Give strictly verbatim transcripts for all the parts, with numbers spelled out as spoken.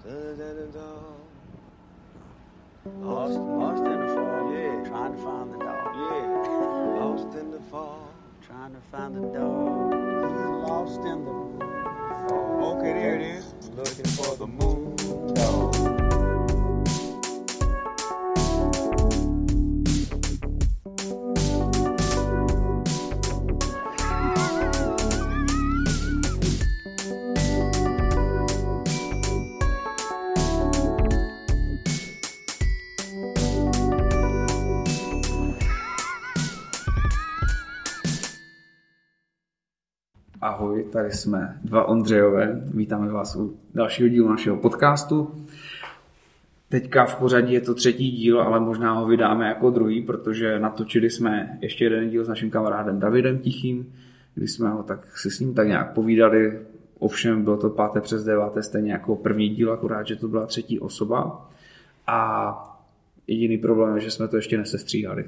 Lost, lost in the fall, yeah. Trying to find the dog, yeah. Lost in the fall, trying to find the dog. He's lost in the fall. Okay, there it is. Looking for the moon dog. Ahoj, tady jsme dva Ondřejové, vítáme vás u dalšího dílu našeho podcastu. Teďka v pořadí je to třetí díl, ale možná ho vydáme jako druhý, protože natočili jsme ještě jeden díl s naším kamarádem Davidem Tichým, kdy jsme ho tak si s ním tak nějak povídali, ovšem bylo to páté přes deváté stejně jako první díl, akorát, že to byla třetí osoba a jediný problém je, že jsme to ještě nesestříhali.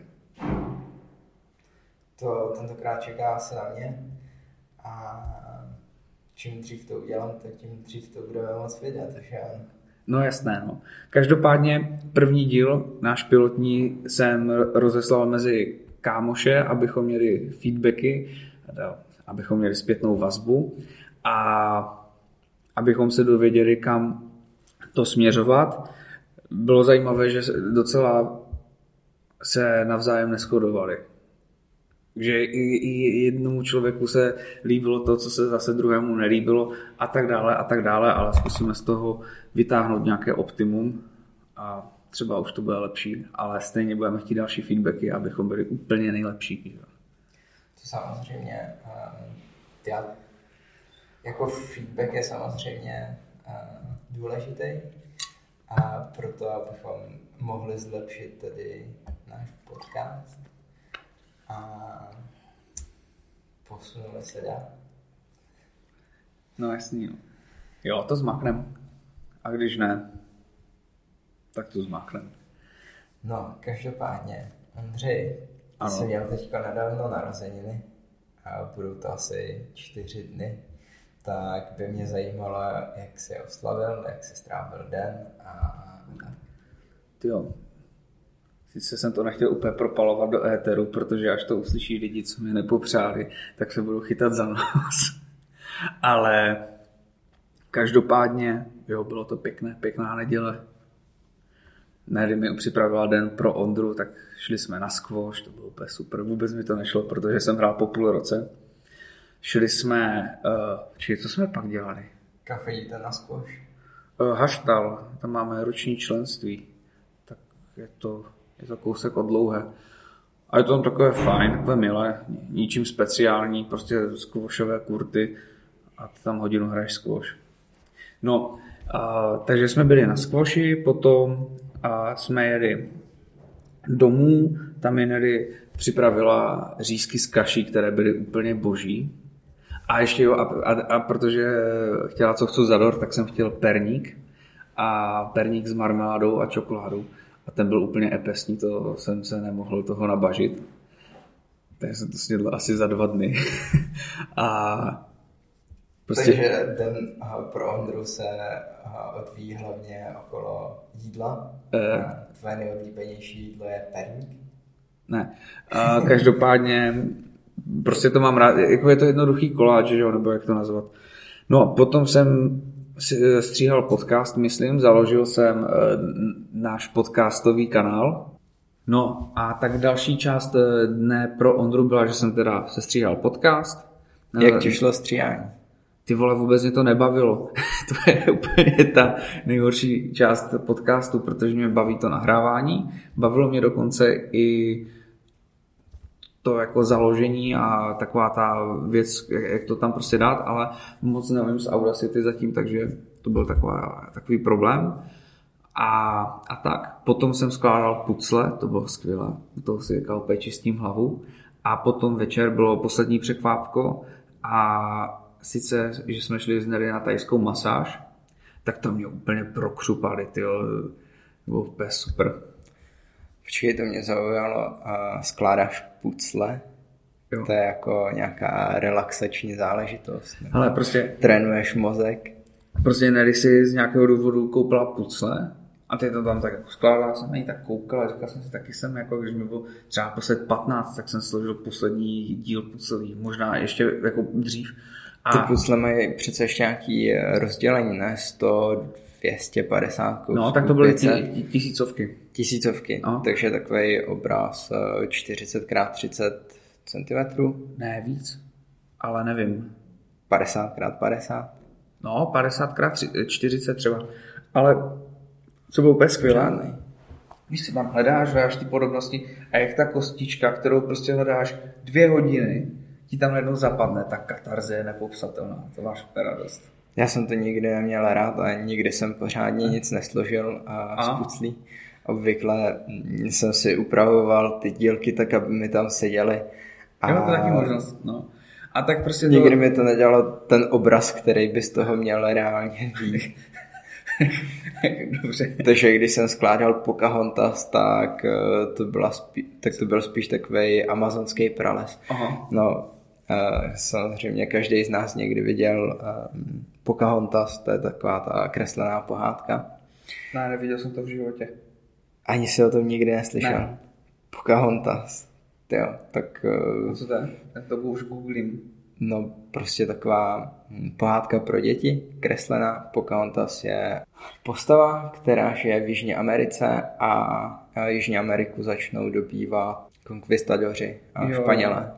To tentokrát čeká asi na mě. A čím dřív to udělám, tak tím dřív to budeme moc vidět. Že? No jasné, no. Každopádně první díl, náš pilotní, jsem rozeslal mezi kámoše, abychom měli feedbacky, abychom měli zpětnou vazbu a abychom se dověděli, kam to směřovat. Bylo zajímavé, že docela se navzájem neshodovali. Že i, i jednomu člověku se líbilo to, co se zase druhému nelíbilo a tak dále a tak dále, ale zkusíme z toho vytáhnout nějaké optimum a třeba už to bude lepší, ale stejně budeme chtít další feedbacky, abychom byli úplně nejlepší. To samozřejmě, já, jako feedback je samozřejmě důležitý a proto, abychom mohli zlepšit tedy náš podcast. A posunuli se dál. No jasný, no. Jo, to zmaknem. A když ne, tak to zmaknem. No, každopádně, Ondřej, ty jsi měl teďka nedávno narozeniny a budou to asi čtyři dny. Tak by mě zajímalo, jak jsi oslavil, jak jsi strávil den a tak. Jo. Sice jsem to nechtěl úplně propalovat do éteru, protože až to uslyší lidi, co mě nepopřáli, tak se budou chytat za nos. Ale každopádně, jo, bylo to pěkné, pěkná neděle. Nedy mi připravila den pro Ondru, tak šli jsme na squash, to bylo úplně super. Vůbec mi to nešlo, protože jsem hrál po půl roce. Šli jsme, uh, či co jsme pak dělali? Kam chodíte na squash? Uh, Haštal, tam máme roční členství. Tak je to... Je to kousek od Dlouhé. A je to tam takové fajn, takové milé, ničím speciální, prostě squashové kurty a ty tam hodinu hraješ squash. No, a, takže jsme byli na squashi, potom a jsme jeli domů, tam Jenedy připravila řízky z kaší, které byly úplně boží. A ještě jo, a, a, a protože chtěla co chci za dort, tak jsem chtěl perník a perník s marmeládou a čokoládou. A ten byl úplně epesní, to jsem se nemohl toho nabažit. Takže jsem to snědl asi za dva dny. A prostě... Takže den pro Ondru se odvíjí hlavně okolo jídla. Eh... Tvoje nejoblíbenější jídlo je perník? Ne. A každopádně prostě to mám rád. Jako je to jednoduchý koláč, že jo, nebo jak to nazvat. No, potom jsem stříhal podcast, myslím, založil jsem e, náš podcastový kanál. No a tak další část dne pro Ondru byla, že jsem teda sestříhal podcast. Jak ti šlo stříhání? Ty vole, vůbec mě to nebavilo. To je úplně ta nejhorší část podcastu, protože mě baví to nahrávání. Bavilo mě dokonce i to jako založení a taková ta věc, jak to tam prostě dát, ale moc nevím z Audacity zatím, takže to byl taková, takový problém. A, a tak. Potom jsem skládal pucle, to bylo skvělé, to si říkal, úplně čistím hlavu. A potom večer bylo poslední překvápko a sice, že jsme šli z Nedy na thajskou masáž, tak to mě úplně prokřupali, tyjo. Bylo úplně super. Počkej, to mě zaujalo, a skládáš pucle? Jo. To je jako nějaká relaxační záležitost? Ale prostě... Trénuješ mozek? prostě Neri si z nějakého důvodu koupila pucle a ty to tam tak jako skládala, jsem na ní tak koukal a říkal jsem si taky jsem, jako když mi bylo třeba poslední patnáct, tak jsem složil poslední díl pucelý, možná ještě jako dřív. A... Ty pucle mají přece ještě nějaký rozdělení, ne? sto, dvě stě padesát kusů. No, tak to byly tí, tisícovky. Tisícovky, no. Takže takový obraz čtyřicet krát třicet centimetrů. Ne, víc, ale nevím. padesát krát padesát. No, padesát krát čtyřicet třeba. Ale co bylo úplně skvělé, víš, co tam hledáš, hledáš ty podobnosti a jak ta kostička, kterou prostě hledáš dvě hodiny, ti tam najednou zapadne, ta katarze je nepopsatelná, to máš radost. Já jsem to nikdy neměl rád a nikdy jsem pořádně nic nesložil a z puclí. Obvykle jsem si upravoval ty dílky tak, aby mi tam seděly. A... Jo, to taky možnost, no. A tak prostě to... Nikdy mi to nedělalo ten obraz, který by z toho měl reálně být. Dobře. Takže když jsem skládal Pocahontas, tak to, byla spí... tak to byl spíš takovej amazonský prales. Aha. No, samozřejmě každý z nás někdy viděl Pocahontas, to je taková ta kreslená pohádka. Ne, neviděl jsem to v životě. Ani si o tom nikdy neslyšel. Ne. Pocahontas. Jo, tak... A co to je? Já to už googlím. No, prostě taková pohádka pro děti, kreslená. Pocahontas je postava, která žije v Jižní Americe a Jižní Ameriku začnou dobývat konkvistadoři a Španělé.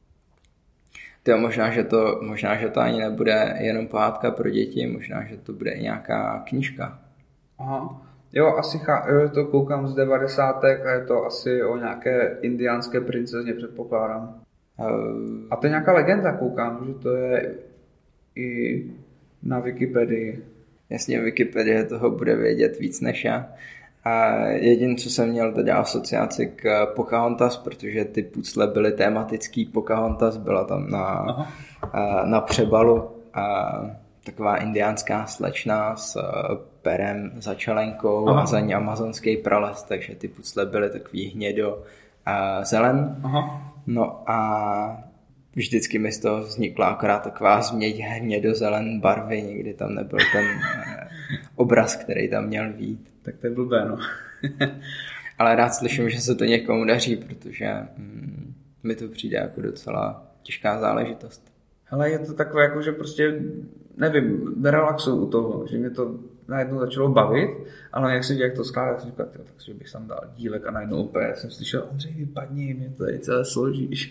Jo, možná, že to, možná, že to ani nebude jenom pohádka pro děti, možná, že to bude i nějaká knížka. Aha. Jo, asi chá, jo, to koukám z devadesátek a je to asi o nějaké indiánské princezně, předpokládám. Uh, a to je nějaká legenda, koukám, že to je i na Wikipedii. Jasně, Wikipedie toho bude vědět víc než já. A jediné, co jsem měl teda asociaci k Pocahontas, protože ty pucle byly tematický Pocahontas, byla tam na, a, na přebalu a taková indiánská slečna s perem za čelenkou. Aha. A za ní amazonský prales, takže ty pucle byly takový hnědo a zelen. Aha. No a vždycky mi z toho vznikla akorát taková změť hnědo-zelen barvy, nikdy tam nebyl ten obraz, který tam měl být. Tak to je blbé, no. Ale rád slyším, že se to někomu daří, protože mm, mi to přijde jako docela těžká záležitost. Hele, je to takové jako, že prostě, nevím, relaxuju u toho, že mě to najednou začalo bavit, ale jak si jak to skládá, jsem říkal, takže bych tam dal dílek a najednou opět jsem slyšel, Ondřej, vypadni, mě to tady celé složíš.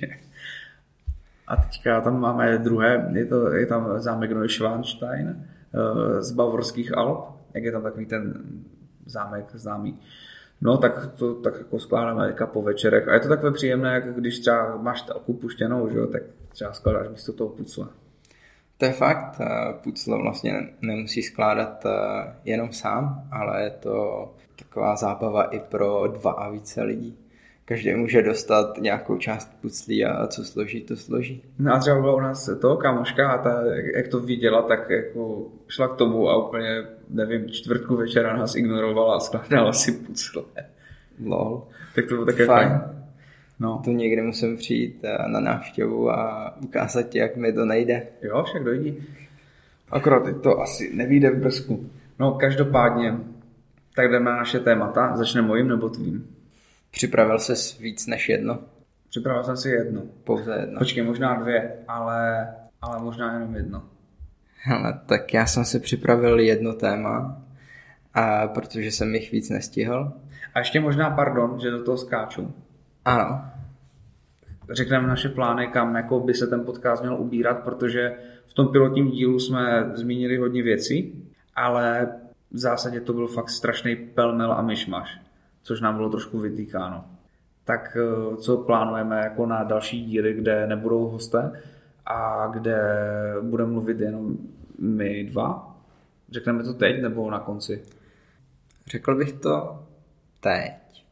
A teďka tam máme druhé, je, to, je tam zámek Neuschwanstein z bavorských Alp, jak je tam takový ten zámek známý. No tak to tak jako skládáme po večerech a je to takové příjemné, jak když třeba máš telku puštěnou, že jo, tak třeba skládáš místo toho pucle. To je fakt, pucle vlastně nemusí skládat jenom sám, ale je to taková zábava i pro dva a více lidí. Každý může dostat nějakou část puclí a co složí, to složí. No a třeba byla u nás to kámoška a ta, jak to viděla, tak jako šla k tomu a úplně, nevím, čtvrtku večera nás ignorovala a skládala si pucle. Lol. Tak to bylo také fajn. fajn. No. To někdy musím přijít na návštěvu a ukázat ti, jak mi to nejde. Jo, však dojdi. Akorát to asi nevyjde v brzku. No každopádně, tak jdeme na naše témata. Začne mojím nebo tvým? Připravil ses víc než jedno? Připravil jsem si jedno. Pouze jedno. Počkej, možná dvě, ale, ale možná jenom jedno. Hele, tak já jsem si připravil jedno téma, a protože jsem jich víc nestihl. A ještě možná, pardon, že do toho skáču. Ano. Řekneme naše plány, kam jako by se ten podcast měl ubírat, protože v tom pilotním dílu jsme zmínili hodně věcí, ale v zásadě to byl fakt strašný pelmel a myšmaš, což nám bylo trošku vytýkáno. Tak co plánujeme jako na další díly, kde nebudou hosté a kde budeme mluvit jenom my dva? Řekneme to teď nebo na konci? Řekl bych to teď.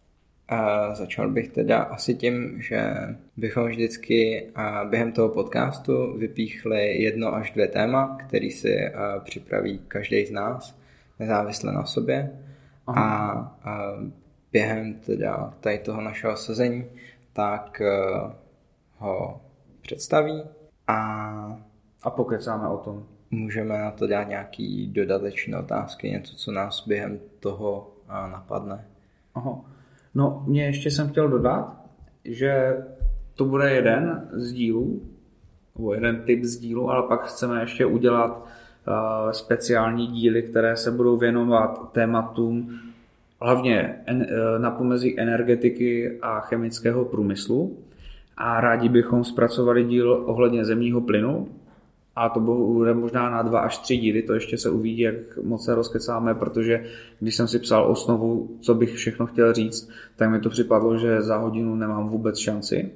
A začal bych teda asi tím, že bychom vždycky během toho podcastu vypíchli jedno až dvě téma, který si připraví každý z nás, nezávisle na sobě. A, a během teda tady toho našeho sezení tak ho představí a, a pokecáme o tom. můžeme na to dát nějaký dodatečné otázky, něco, co nás během toho napadne. Aha. No, mě ještě jsem chtěl dodat, že to bude jeden z dílů, nebo jeden typ z dílů, ale pak chceme ještě udělat uh, speciální díly, které se budou věnovat tématům hlavně en, na pomezí energetiky a chemického průmyslu. A rádi bychom zpracovali díl ohledně zemního plynu. A to bude možná na dva až tři díly, to ještě se uvidí, jak moc se rozkecáme, protože když jsem si psal osnovu, co bych všechno chtěl říct, tak mi to připadlo, že za hodinu nemám vůbec šanci.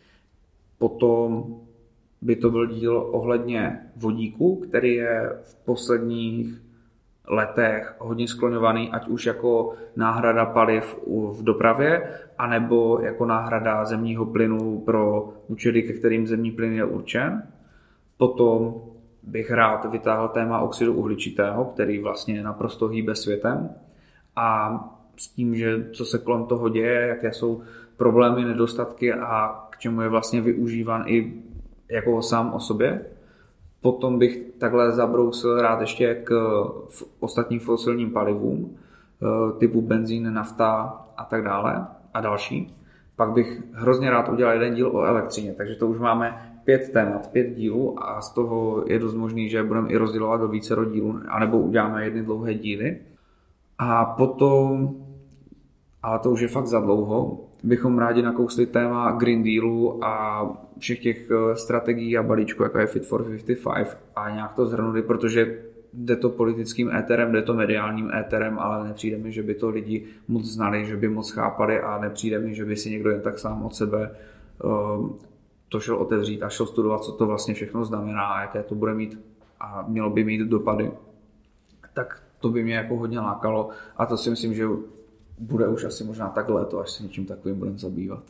Potom by to byl díl ohledně vodíku, který je v posledních letech hodně skloňovaný, ať už jako náhrada paliv v dopravě, anebo jako náhrada zemního plynu pro účely, ke kterým zemní plyn je určen. Potom bych rád vytáhl téma oxidu uhličitého, který vlastně naprosto hýbe světem. A s tím, že co se kolem toho děje, jaké jsou problémy, nedostatky a k čemu je vlastně využíván i jako sám o sobě. Potom bych takhle zabrousil rád ještě k ostatním fosilním palivům, typu benzín, nafta a tak dále a další. Pak bych hrozně rád udělal jeden díl o elektřině, takže to už máme pět témat, pět dílů a z toho je dost možný, že budeme i rozdělovat do vícero dílů, anebo uděláme jedny dlouhé díly. A potom, ale to už je fakt za dlouho, bychom rádi nakousli téma Green Dealu a všech těch strategií a balíčků, jako je Fit for padesát pět a nějak to zhrnuli, protože jde to politickým éterem, jde to mediálním éterem, ale nepřijde mi, že by to lidi moc znali, že by moc chápali a nepřijde mi, že by si někdo jen tak sám od sebe uh, to šel otevřít a šel studovat, co to vlastně všechno znamená a jaké to bude mít a mělo by mít dopady. Tak to by mě jako hodně lákalo a to si myslím, že bude už asi možná tak léto, až se něčím takovým budeme zabývat.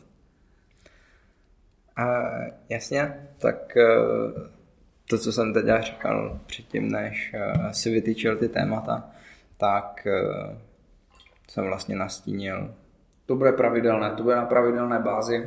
A jasně, tak to, co jsem teď říkal předtím, než si vytýčil ty témata, tak jsem vlastně nastínil. To bude pravidelné, to bude na pravidelné bázi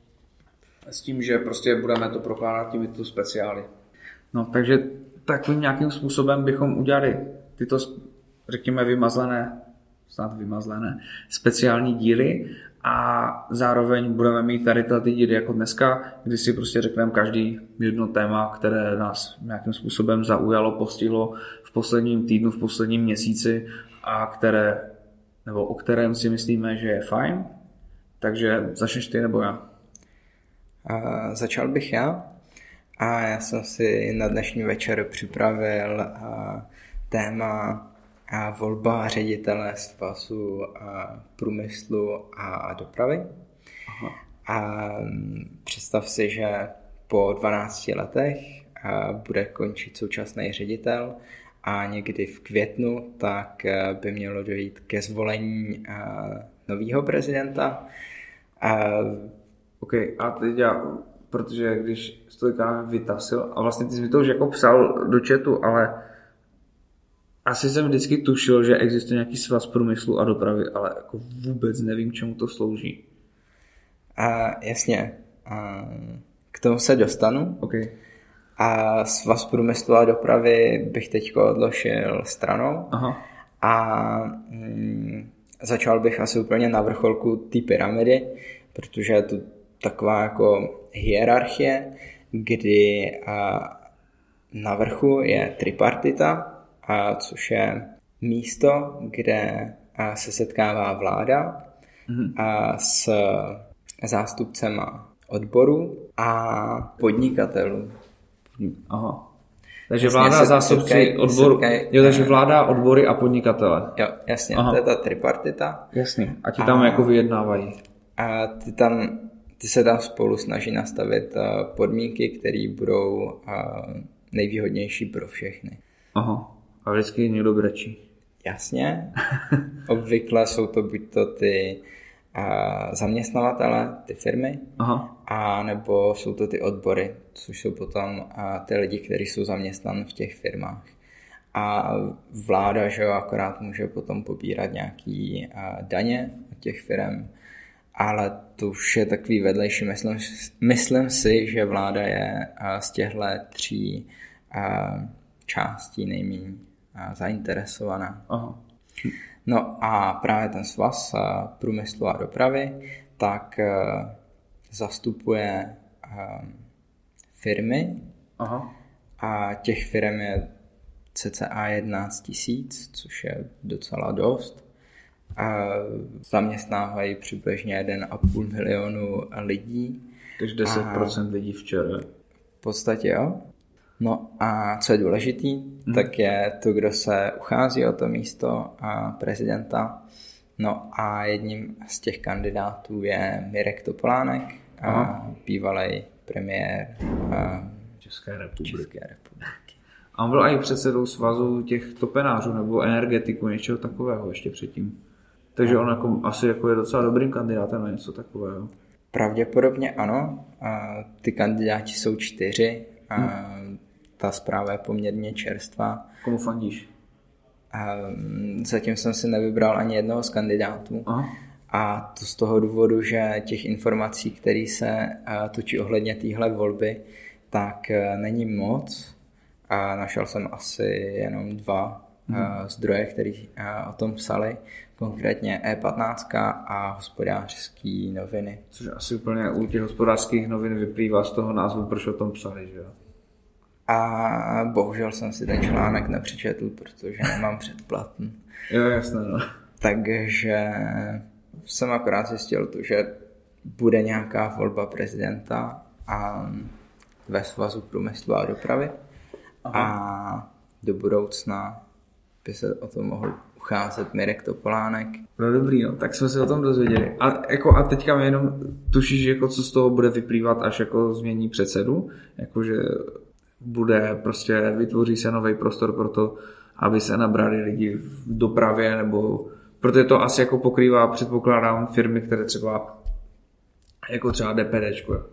s tím, že prostě budeme to prokládat těmito speciály. No, takže takovým nějakým způsobem bychom udělali tyto, řekněme, vymazlené snad vymazlené speciální díly a zároveň budeme mít tady ty díly jako dneska, kdy si prostě řekneme každý jedno téma, které nás nějakým způsobem zaujalo, postihlo v posledním týdnu, v posledním měsíci a které, nebo o kterém si myslíme, že je fajn. Takže začneš ty nebo já? A začal bych já. A já jsem si na dnešní večer připravil a, téma a volba ředitele Svazu a průmyslu a dopravy. Aha. A představ si, že po dvanácti letech bude končit současný ředitel a někdy v květnu tak by mělo dojít ke zvolení nového prezidenta. A... OK, a teď já, protože když jsi to vytasil, a vlastně ty jsi mi to už jako psal do chatu, ale asi jsem vždycky tušil, že existuje nějaký svaz průmyslu a dopravy, ale jako vůbec nevím, čemu to slouží. A jasně, a k tomu se dostanu. Okay. A svaz průmyslu a dopravy bych teďko odložil stranou. Aha. A mm, začal bych asi úplně na vrcholku té pyramidy, protože je to taková jako hierarchie, kdy a, na vrchu je tripartita, a což je místo, kde a, se setkává vláda mm-hmm. a s zástupcema odborů a podnikatelů. Aha. Takže vlastně vláda, zástupci odboru, jo, takže vláda, odbory a podnikatele. Jo, jasně, Aha. to je ta tripartita. Jasně, a ti tam a, jako vyjednávají. A ty, tam, ty se tam spolu snaží nastavit podmínky, které budou nejvýhodnější pro všechny. Aha. A vždycky někdo brečí. Jasně. Obvykle jsou to buď to ty a, zaměstnavatele, ty firmy, Aha. a nebo jsou to ty odbory, což jsou potom a, ty lidi, kteří jsou zaměstnaní v těch firmách. A vláda, že jo, akorát může potom pobírat nějaký a, daně od těch firm, ale to už je takový vedlejší. Myslím, myslím si, že vláda je a, z těchto tří a, částí nejméně zainteresovaná. Aha. No a právě ten svaz průmyslu a dopravy tak zastupuje firmy. Aha. A těch firm je cca jedenáct tisíc, což je docela dost. A zaměstnávají přibližně jeden a půl milionu lidí. Takže deset procent a lidí včera. V podstatě jo. No a co je důležitý, hmm. tak je to, kdo se uchází o to místo a prezidenta. No a jedním z těch kandidátů je Mirek Topolánek, a bývalý premiér a České republiky. České republiky. A on byl i předsedou svazu těch topenářů nebo energetiku, něčeho takového ještě předtím. Takže on jako, asi jako je docela dobrým kandidátem na něco takového. Pravděpodobně ano. A ty kandidáti jsou čtyři. A hmm. Ta zpráva je poměrně čerstvá. Komu fandíš? A zatím jsem si nevybral ani jednoho z kandidátů. Aha. A to z toho důvodu, že těch informací, které se točí ohledně téhle volby, tak není moc. A našel jsem asi jenom dva hmm. zdroje, které o tom psali. Konkrétně E patnáct a Hospodářské noviny. Což asi úplně u těch hospodářských novin vyplývá z toho názvu, proč o tom psali, že jo? A bohužel jsem si ten článek nepřečetl, protože nemám předplatný. Jo, jasné, no. Takže jsem akorát zjistil to, že bude nějaká volba prezidenta a ve Svazu průmyslu a dopravy. Aha. A do budoucna by se o tom mohl ucházet Mirek Topolánek. No dobrý, no, tak jsme se o tom dozvěděli. A, jako, a teďka mi jenom tušíš, jako, co z toho bude vyplývat, až jako změní předsedu? Jakože bude prostě, vytvoří se nový prostor pro to, aby se nabrali lidi v dopravě, nebo protože to asi jako pokrývá, předpokládám, firmy, které třeba jako třeba DPDčko,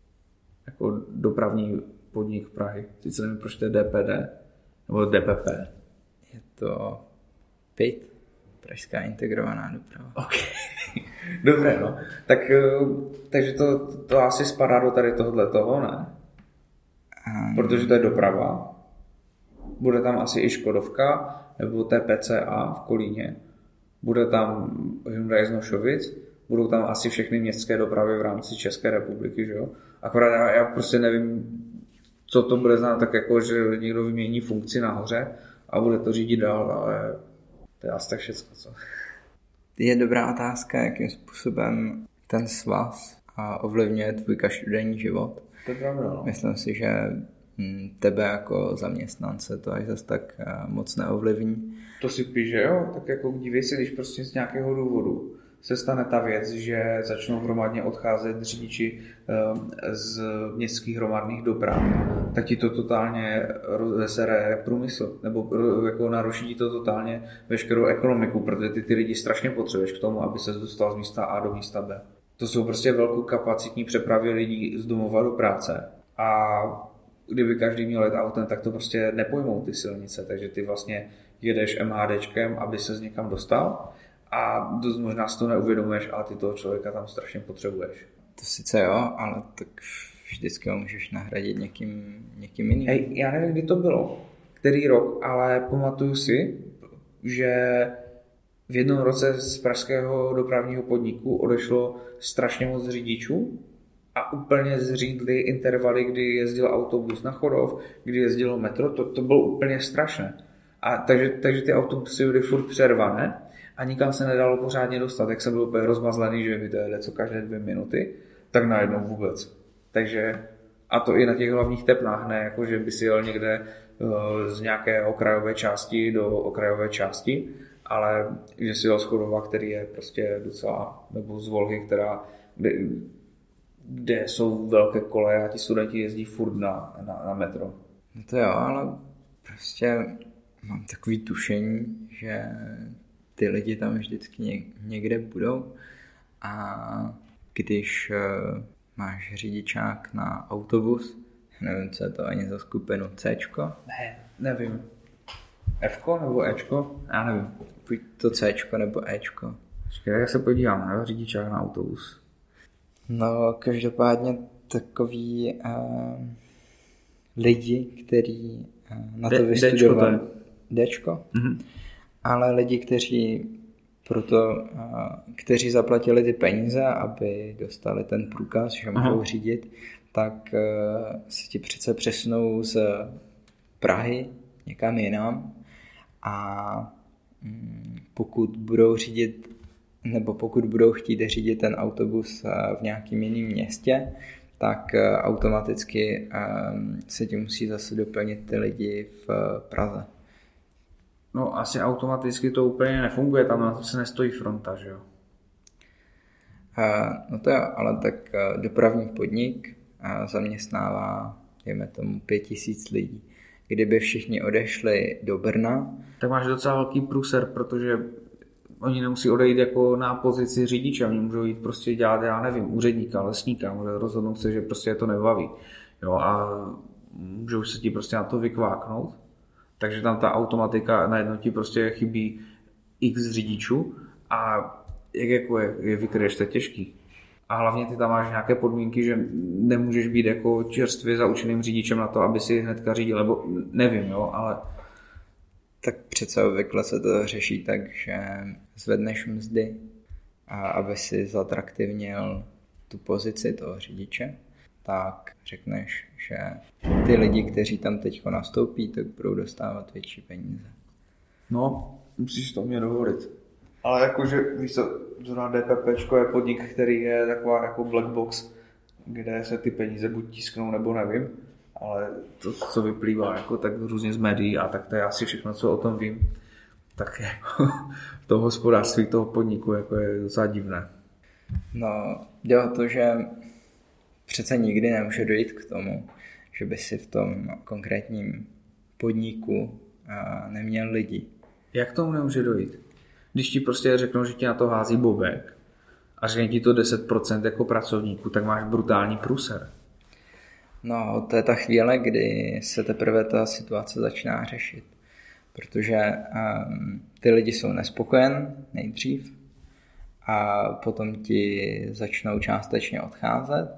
jako dopravní podnik Prahy. Sice nevím, proč to je D P D, nebo D P P. Je to P I T, Pražská integrovaná doprava. Okay. Dobré, no. Tak, takže to, to asi spadá do tady tohohle toho, ne? Um... Protože to je doprava. Bude tam asi i Škodovka, nebo T P C A v Kolíně. Bude tam Hyundai z Nošovic. Budou tam asi všechny městské dopravy v rámci České republiky, že jo? Akorát já, já prostě nevím, co to bude znamenat, tak jako, že někdo vymění funkci nahoře a bude to řídit dál, ale to je asi tak všecko, co? Je dobrá otázka, jakým způsobem ten svaz ovlivňuje tvůj každodenní život. To je pravda, no. Myslím si, že tebe jako zaměstnance to až zase tak moc neovlivní. To si píše, jo? Tak jako dívej si, když prostě z nějakého důvodu se stane ta věc, že začnou hromadně odcházet řidiči z městských hromadných doprav, tak ti to totálně rozesere průmysl, nebo jako naruší ti to totálně veškerou ekonomiku, protože ty ty lidi strašně potřebuješ k tomu, aby se dostal z místa A do místa B. To jsou prostě velkokapacitní přepravy lidí z domova do práce a kdyby každý měl jet autem, tak to prostě nepojmou ty silnice, takže ty vlastně jedeš MHDčkem, aby ses někam dostal a dost možná si to neuvědomuješ, ale ty toho člověka tam strašně potřebuješ. To sice jo, ale tak vždycky ho můžeš nahradit někým, někým jiným. Hej, já nevím, kdy to bylo, který rok, ale pamatuju si, že v jednom roce z pražského dopravního podniku odešlo strašně moc řidičů a úplně zřídli intervaly, kdy jezdil autobus na Chodov, kdy jezdilo metro, to, to bylo úplně strašné. A takže, takže ty autobusy byly furt přervané a nikam se nedalo pořádně dostat. Jak jsem byl úplně rozmazlený, že mi to jede co každé dvě minuty, tak najednou vůbec. Takže, a to i na těch hlavních tepnách, ne jako, že by si jel někde uh, z nějaké okrajové části do okrajové části, ale že si jel z Chodova, který je prostě docela, nebo z Volhy, která, kde, kde jsou velké koleje a ti studenti jezdí furt na, na, na metro. No to jo, ale prostě mám takový tušení, že ty lidi tam vždycky někde budou a když máš řidičák na autobus, nevím, co je to ani za skupinu Cčko? Ne, nevím. Fko nebo Ečko? Já nevím. Buď to Cčko nebo Ečko. Počkej, já se podívám na řidičák na autobus. No, každopádně takový uh, lidi, který na to vystudovat. Dčko. Mm-hmm. Ale lidi, kteří proto, kteří zaplatili ty peníze, aby dostali ten průkaz, že Aha. mohou řídit, tak si ti přece přesunou z Prahy někam jinam a pokud budou řídit, nebo pokud budou chtít řídit ten autobus v nějakém jiném městě, tak automaticky se ti musí zase doplnit ty lidi v Praze. No asi automaticky to úplně nefunguje, tam na to se nestojí fronta, že jo? No to jo, ale tak dopravní podnik zaměstnává, dejme tomu, pět tisíc lidí. Kdyby všichni odešli do Brna... Tak máš docela velký průser, protože oni nemusí odejít jako na pozici řidiče, oni můžou jít prostě dělat, já nevím, úředníka, lesníka, může rozhodnout se, že prostě je to nebaví. Jo, a můžou se ti prostě na to vykváknout. Takže tam ta automatika najednou ti prostě chybí x řidičů a jak jako je, je vykryješ, to je těžký. A hlavně ty tam máš nějaké podmínky, že nemůžeš být jako čerstvě zaučeným řidičem na to, aby si hnedka řídil, nebo nevím, jo, ale... Tak přece obvykle se to řeší tak, že zvedneš mzdy, a aby si zatraktivnil tu pozici toho řidiče, tak řekneš, že ty lidi, kteří tam teďko nastoupí, tak budou dostávat větší peníze. No, musíš to mě dovolit. Ale jakože, víš co, zrovna DPPčko je podnik, který je taková jako black box, kde se ty peníze buď tisknou, nebo nevím, ale to, co vyplývá jako tak různě z médií a tak to je asi všechno, co o tom vím, tak jako to hospodářství toho podniku jako je docela divné. No, jde o to, že přece nikdy nemůže dojít k tomu, že by si v tom konkrétním podniku neměl lidi. Jak tomu nemůže dojít? Když ti prostě řeknou, že ti na to hází bobek a řekne ti to deset procent jako pracovníků, tak máš brutální průser. No, to je ta chvíle, kdy se teprve ta situace začíná řešit. Protože um, ty lidi jsou nespokojen nejdřív a potom ti začnou částečně odcházet.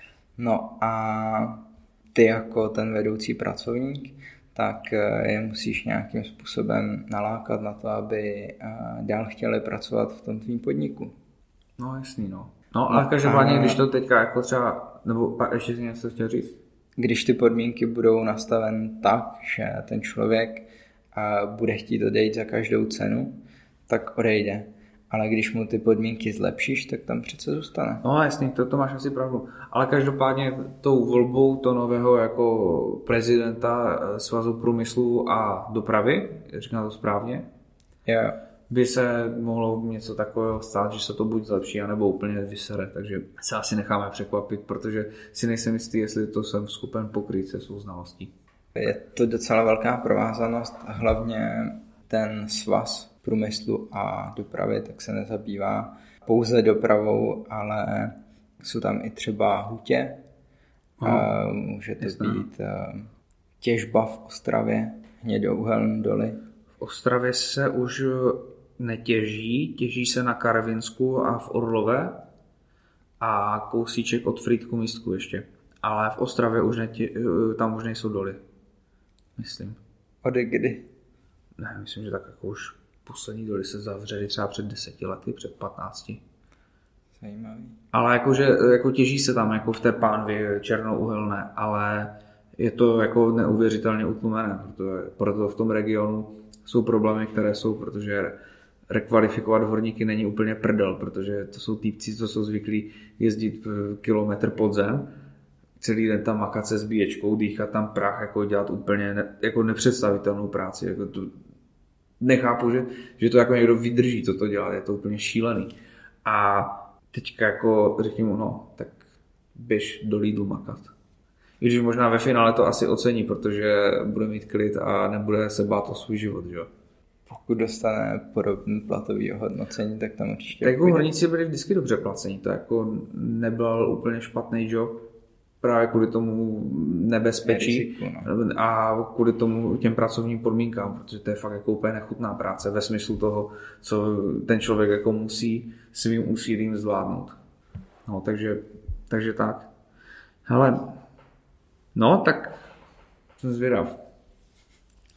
No a ty jako ten vedoucí pracovník, tak je musíš nějakým způsobem nalákat na to, aby dál chtěli pracovat v tom tvým podniku. No jasný, no. No ale každopádně, když to teďka jako třeba, nebo ještě si něco chtěl říct? Když ty podmínky budou nastaven tak, že ten člověk bude chtít odejít za každou cenu, tak odejde. Ale když mu ty podmínky zlepšíš, tak tam přece zůstane. No jasný, to, to máš asi pravdu. Ale každopádně tou volbou to nového jako prezidenta Svazu průmyslu a dopravy, říkám to správně, jo. by se mohlo něco takového stát, že se to buď zlepší, anebo úplně vysere. Takže se asi necháme překvapit, protože si nejsem jistý, jestli to jsem schopen pokrýt se svou znalostí. Je to docela velká provázanost, hlavně ten svaz průmyslu a dopravy, tak se nezabývá pouze dopravou, ale jsou tam i třeba hutě. Aha, může to jasná. být těžba v Ostravě, hnědouhelné doly. V Ostravě se už netěží, těží se na Karvinsku a v Orlové a kousíček od Frýdku Místku ještě. Ale v Ostravě už netě, tam už nejsou doly, myslím. Od kdy? Ne, myslím, že tak jako už poslední doly se zavřely třeba před deseti lety, před patnácti. Zajímavý. Ale jakože, jako těží se tam jako v té pánvi černouhelné, ale je to jako neuvěřitelně utlumené, protože proto v tom regionu jsou problémy, které jsou, protože rekvalifikovat horníky není úplně prdel, protože to jsou týpci, co jsou zvyklí jezdit kilometr pod zem, celý den tam makat se zbíječkou, dýchat tam prach, jako dělat úplně ne, jako nepředstavitelnou práci. Jako to, nechápu, že, že to jako někdo vydrží toto dělat, je to úplně šílený. A teďka jako řekni mu, no, tak běž do Lidlu makat. I když možná ve finále to asi ocení, protože bude mít klid a nebude se bát o svůj život, že jo. Pokud dostane podobný platový ohodnocení, tak tam určitě... Tak jako horníci byli vždycky dobře placení, to jako nebyl úplně špatný job, právě kvůli tomu nebezpečí riziku, no. A kvůli tomu těm pracovním podmínkám, protože to je fakt jako úplně nechutná práce ve smyslu toho, co ten člověk jako musí svým úsilím zvládnout. No, takže, takže tak. Hele, no tak jsem zvědav.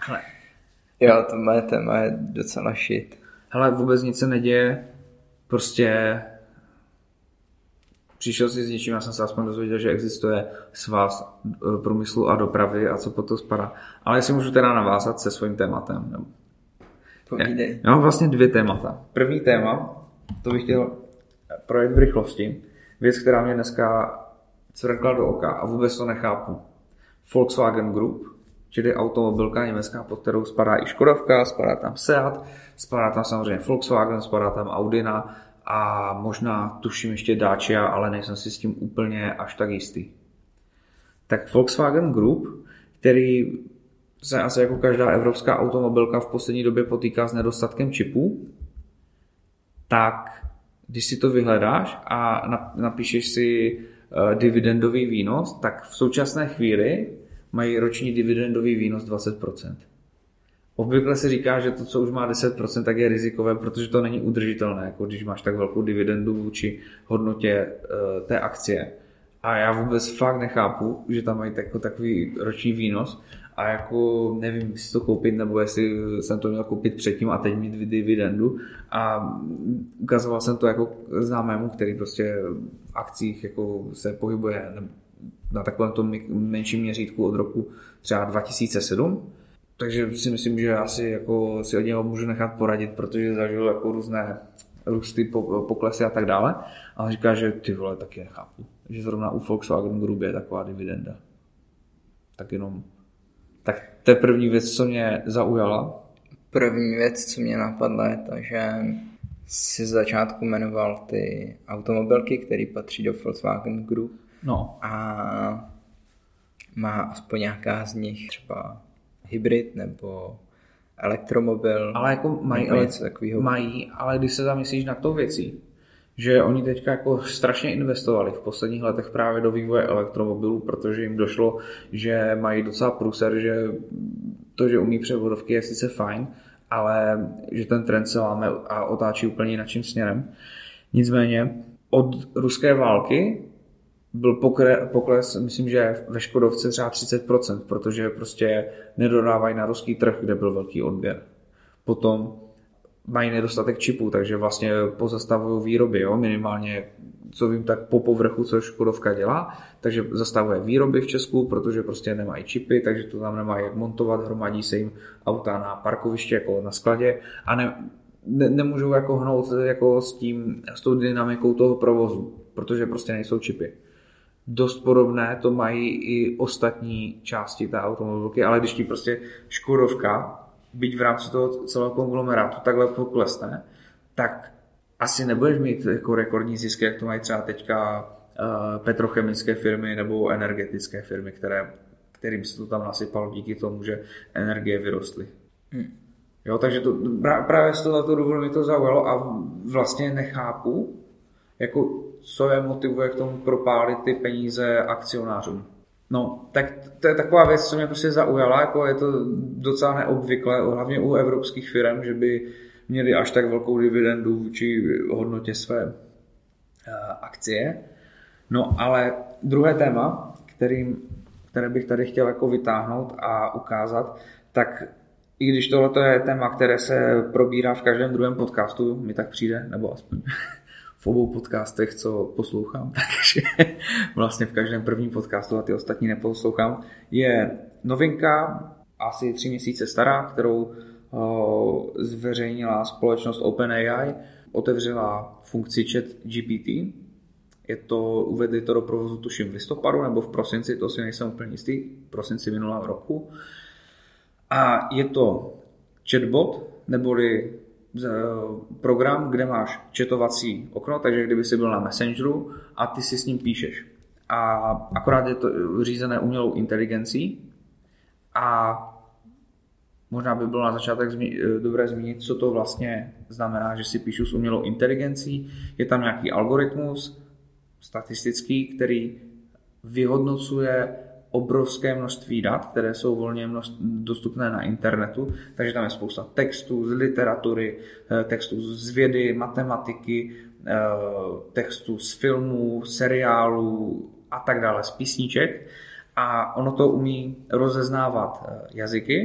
Hele. Jo, to moje téma je docela shit. Hele, vůbec nic se neděje, prostě přišel si s něčím, já jsem se aspoň dozvěděl, že existuje svaz průmyslu a dopravy a co po to spadá. Ale jestli můžu teda navázat se svým tématem. Povídej. Já mám vlastně dvě témata. První téma, to bych chtěl projet v rychlosti. Věc, která mě dneska cvrkla do oka a vůbec to nechápu. Volkswagen Group, čili automobilka německá, pod kterou spadá i Škodovka, spadá tam Seat, spadá tam samozřejmě Volkswagen, spadá tam Audina a možná tuším ještě Dacia, ale nejsem si s tím úplně až tak jistý. Tak Volkswagen Group, který se asi jako každá evropská automobilka v poslední době potýká s nedostatkem čipů, tak když si to vyhledáš a napíšeš si dividendový výnos, tak v současné chvíli mají roční dividendový výnos dvacet procent. Obvykle se říká, že to, co už má deset procent, tak je rizikové, protože to není udržitelné, jako když máš tak velkou dividendu vůči hodnotě uh, té akcie. A já vůbec fakt nechápu, že tam mají jako takový roční výnos a jako nevím, jestli to koupit, nebo jestli jsem to měl koupit předtím a teď mít dividendu. A ukazoval jsem to jako známému, který prostě v akcích jako se pohybuje na takovém tom menším měřítku od roku třeba dva tisíce sedm. Takže si myslím, že asi jako si od něho můžu nechat poradit, protože zažil jako různé růsty, poklesy a tak dále. Ale říká, že ty vole, taky nechápu. Že zrovna u Volkswagen Group je taková dividenda. Tak jenom... Tak to je první věc, co mě zaujala. První věc, co mě napadla, je to, že si z začátku jmenoval ty automobilky, které patří do Volkswagen Group. No. A má aspoň nějaká z nich třeba hybrid nebo elektromobil. Ale jako mají, ale, mají, ale když se zamyslíš na tou věcí, že oni teďka jako strašně investovali v posledních letech právě do vývoje elektromobilů, protože jim došlo, že mají docela průser, že to, že umí převodovky, je sice fajn, ale že ten trend se láme a otáčí úplně jiným směrem. Nicméně od ruské války byl pokles, myslím, že ve Škodovce třeba třicet procent, protože prostě nedodávají na ruský trh, kde byl velký odběr. Potom mají nedostatek čipů, takže vlastně pozastavují výroby, jo? Minimálně, co vím, tak po povrchu, co Škodovka dělá, takže zastavuje výroby v Česku, protože prostě nemají čipy, takže to tam nemají jak montovat, hromadí se jim auta na parkoviště, jako na skladě a ne, ne, nemůžou jako hnout jako s tím, s tou dynamikou toho provozu, protože prostě nejsou čipy. Dost podobné to mají i ostatní části té automobilky, ale když ti prostě Škodovka, byť v rámci toho celého konglomerátu takhle poklesne, tak asi nebudeš mít jako rekordní zisky, jak to mají třeba teďka uh, petrochemické firmy nebo energetické firmy, které, kterým se to tam nasypalo díky tomu, že energie vyrostly. Hmm. Jo, takže to, právě z tohoto důvodu mi to zaujalo a vlastně nechápu, jako co je motivuje k tomu propálit ty peníze akcionářům. No, tak to je taková věc, co mě prostě zaujala, jako je to docela neobvyklé, hlavně u evropských firm, že by měli až tak velkou dividendu vůči hodnotě své uh, akcie. No, ale druhé téma, kterým, které bych tady chtěl jako vytáhnout a ukázat, tak i když tohle je téma, které se probírá v každém druhém podcastu, mi tak přijde, nebo aspoň v obou podcastech, co poslouchám, takže vlastně v každém prvním podcastu a ty ostatní neposlouchám, je novinka, asi tři měsíce stará, kterou uh, zveřejnila společnost OpenAI, otevřela funkci ChatGPT. Je to, uvedli to do provozu tuším v listopadu nebo v prosinci, to si nejsem úplně jistý, v prosinci minulého roku. A je to chatbot, neboli program, kde máš chatovací okno, takže kdyby si byl na Messengeru a ty si s ním píšeš. A akorát je to řízené umělou inteligencí a možná by bylo na začátek zmi- dobré zmínit, co to vlastně znamená, že si píšu s umělou inteligencí. Je tam nějaký algoritmus statistický, který vyhodnocuje obrovské množství dat, které jsou volně množství, dostupné na internetu, takže tam je spousta textů z literatury, textů z vědy, matematiky, textů z filmů, seriálů a tak dále, z písniček a ono to umí rozeznávat jazyky,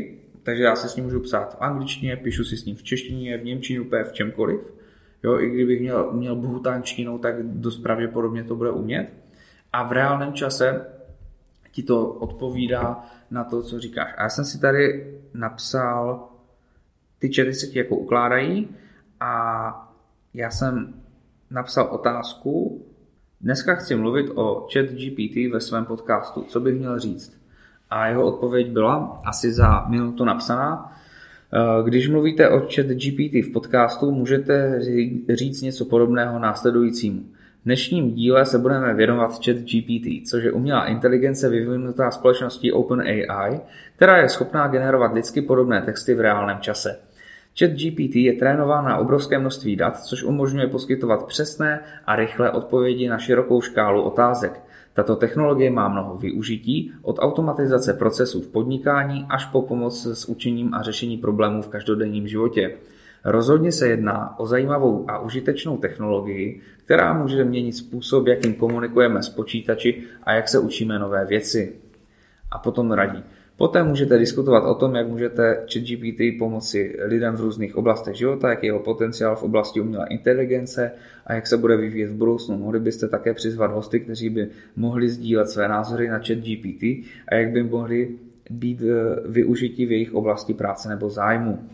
Takže já si s ním můžu psát v angličtině, píšu si s ním v češtině, v němčině, úplně v čemkoliv. Jo, i kdybych měl, měl bhutánštinou, tak dost pravděpodobně to bude umět. A v reálném čase ti to odpovídá na to, co říkáš. A já jsem si tady napsal, ty chaty se ti jako ukládají a já jsem napsal otázku, dneska chci mluvit o ChatGPT ve svém podcastu, co bych měl říct. A jeho odpověď byla asi za minutu napsaná. Když mluvíte o ChatGPT v podcastu, můžete říct něco podobného následujícímu. V dnešním díle se budeme věnovat ChatGPT, což je umělá inteligence vyvinutá společností OpenAI, která je schopná generovat lidsky podobné texty v reálném čase. ChatGPT je trénován na obrovské množství dat, což umožňuje poskytovat přesné a rychlé odpovědi na širokou škálu otázek. Tato technologie má mnoho využití, od automatizace procesů v podnikání až po pomoc s učením a řešení problémů v každodenním životě. Rozhodně se jedná o zajímavou a užitečnou technologii, která může měnit způsob, jakým komunikujeme s počítači a jak se učíme nové věci. A potom radí. Poté můžete diskutovat o tom, jak můžete ChatGPT pomoci lidem v různých oblastech života, jaký je jeho potenciál v oblasti umělé inteligence a jak se bude vyvíjet v budoucnu. Mohli byste také přizvat hosty, kteří by mohli sdílet své názory na ChatGPT a jak by mohli být využiti v jejich oblasti práce nebo zájmu.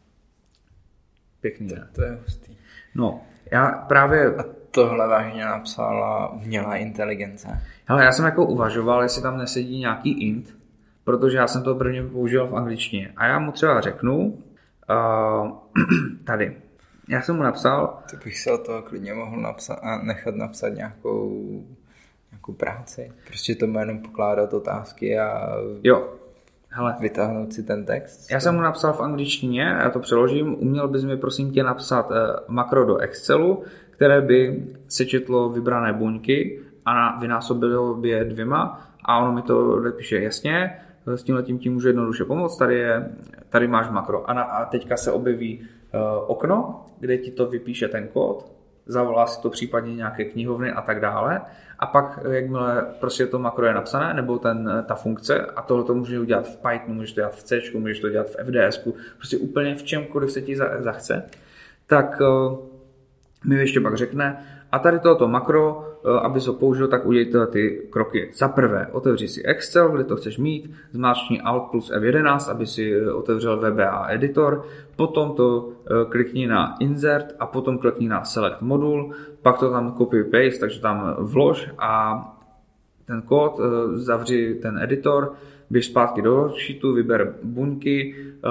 Pěkný. To, to je hustý. No, já právě... A tohle vážně napsala umělá inteligence. Hele, já jsem jako uvažoval, jestli tam nesedí nějaký int, protože já jsem to prvně používal v angličtině. A já mu třeba řeknu, uh, tady, já jsem mu napsal... To bych se o toho klidně mohl napsat a nechat napsat nějakou, nějakou práci. Prostě to jméno pokládat otázky a jo. Hele, vytáhnout si ten text. Já jsem mu napsal v angličtině, já to přeložím, uměl bys mi prosím tě napsat uh, makro do Excelu, které by sečetlo vybrané buňky a vynásobilo by je dvěma a ono mi to píše jasně, s tímhletím tím můžu jednoduše pomoct, tady, je, tady máš makro. A, na, a teďka se objeví uh, okno, kde ti to vypíše ten kód, zavolá si to případně nějaké knihovny a tak dále. A pak, jakmile prostě to makro je napsané, nebo ten, ta funkce, a tohle to můžeš udělat v Pythonu, můžeš to dělat v C, můžeš to dělat v F D S ku, prostě úplně v čemkoliv se ti zachce, tak uh, mi ještě pak řekne, a tady tohoto makro, aby se ho použil, tak udělej tyhle ty kroky. Za prvé, otevři si Excel, kde to chceš mít, zmáčkni Alt plus F jedenáct, aby si otevřel V B A editor, potom to klikni na Insert a potom klikni na Select modul, pak to tam copy paste, takže tam vlož a ten kód, zavři ten editor, běž zpátky do sheetu, vyber buňky,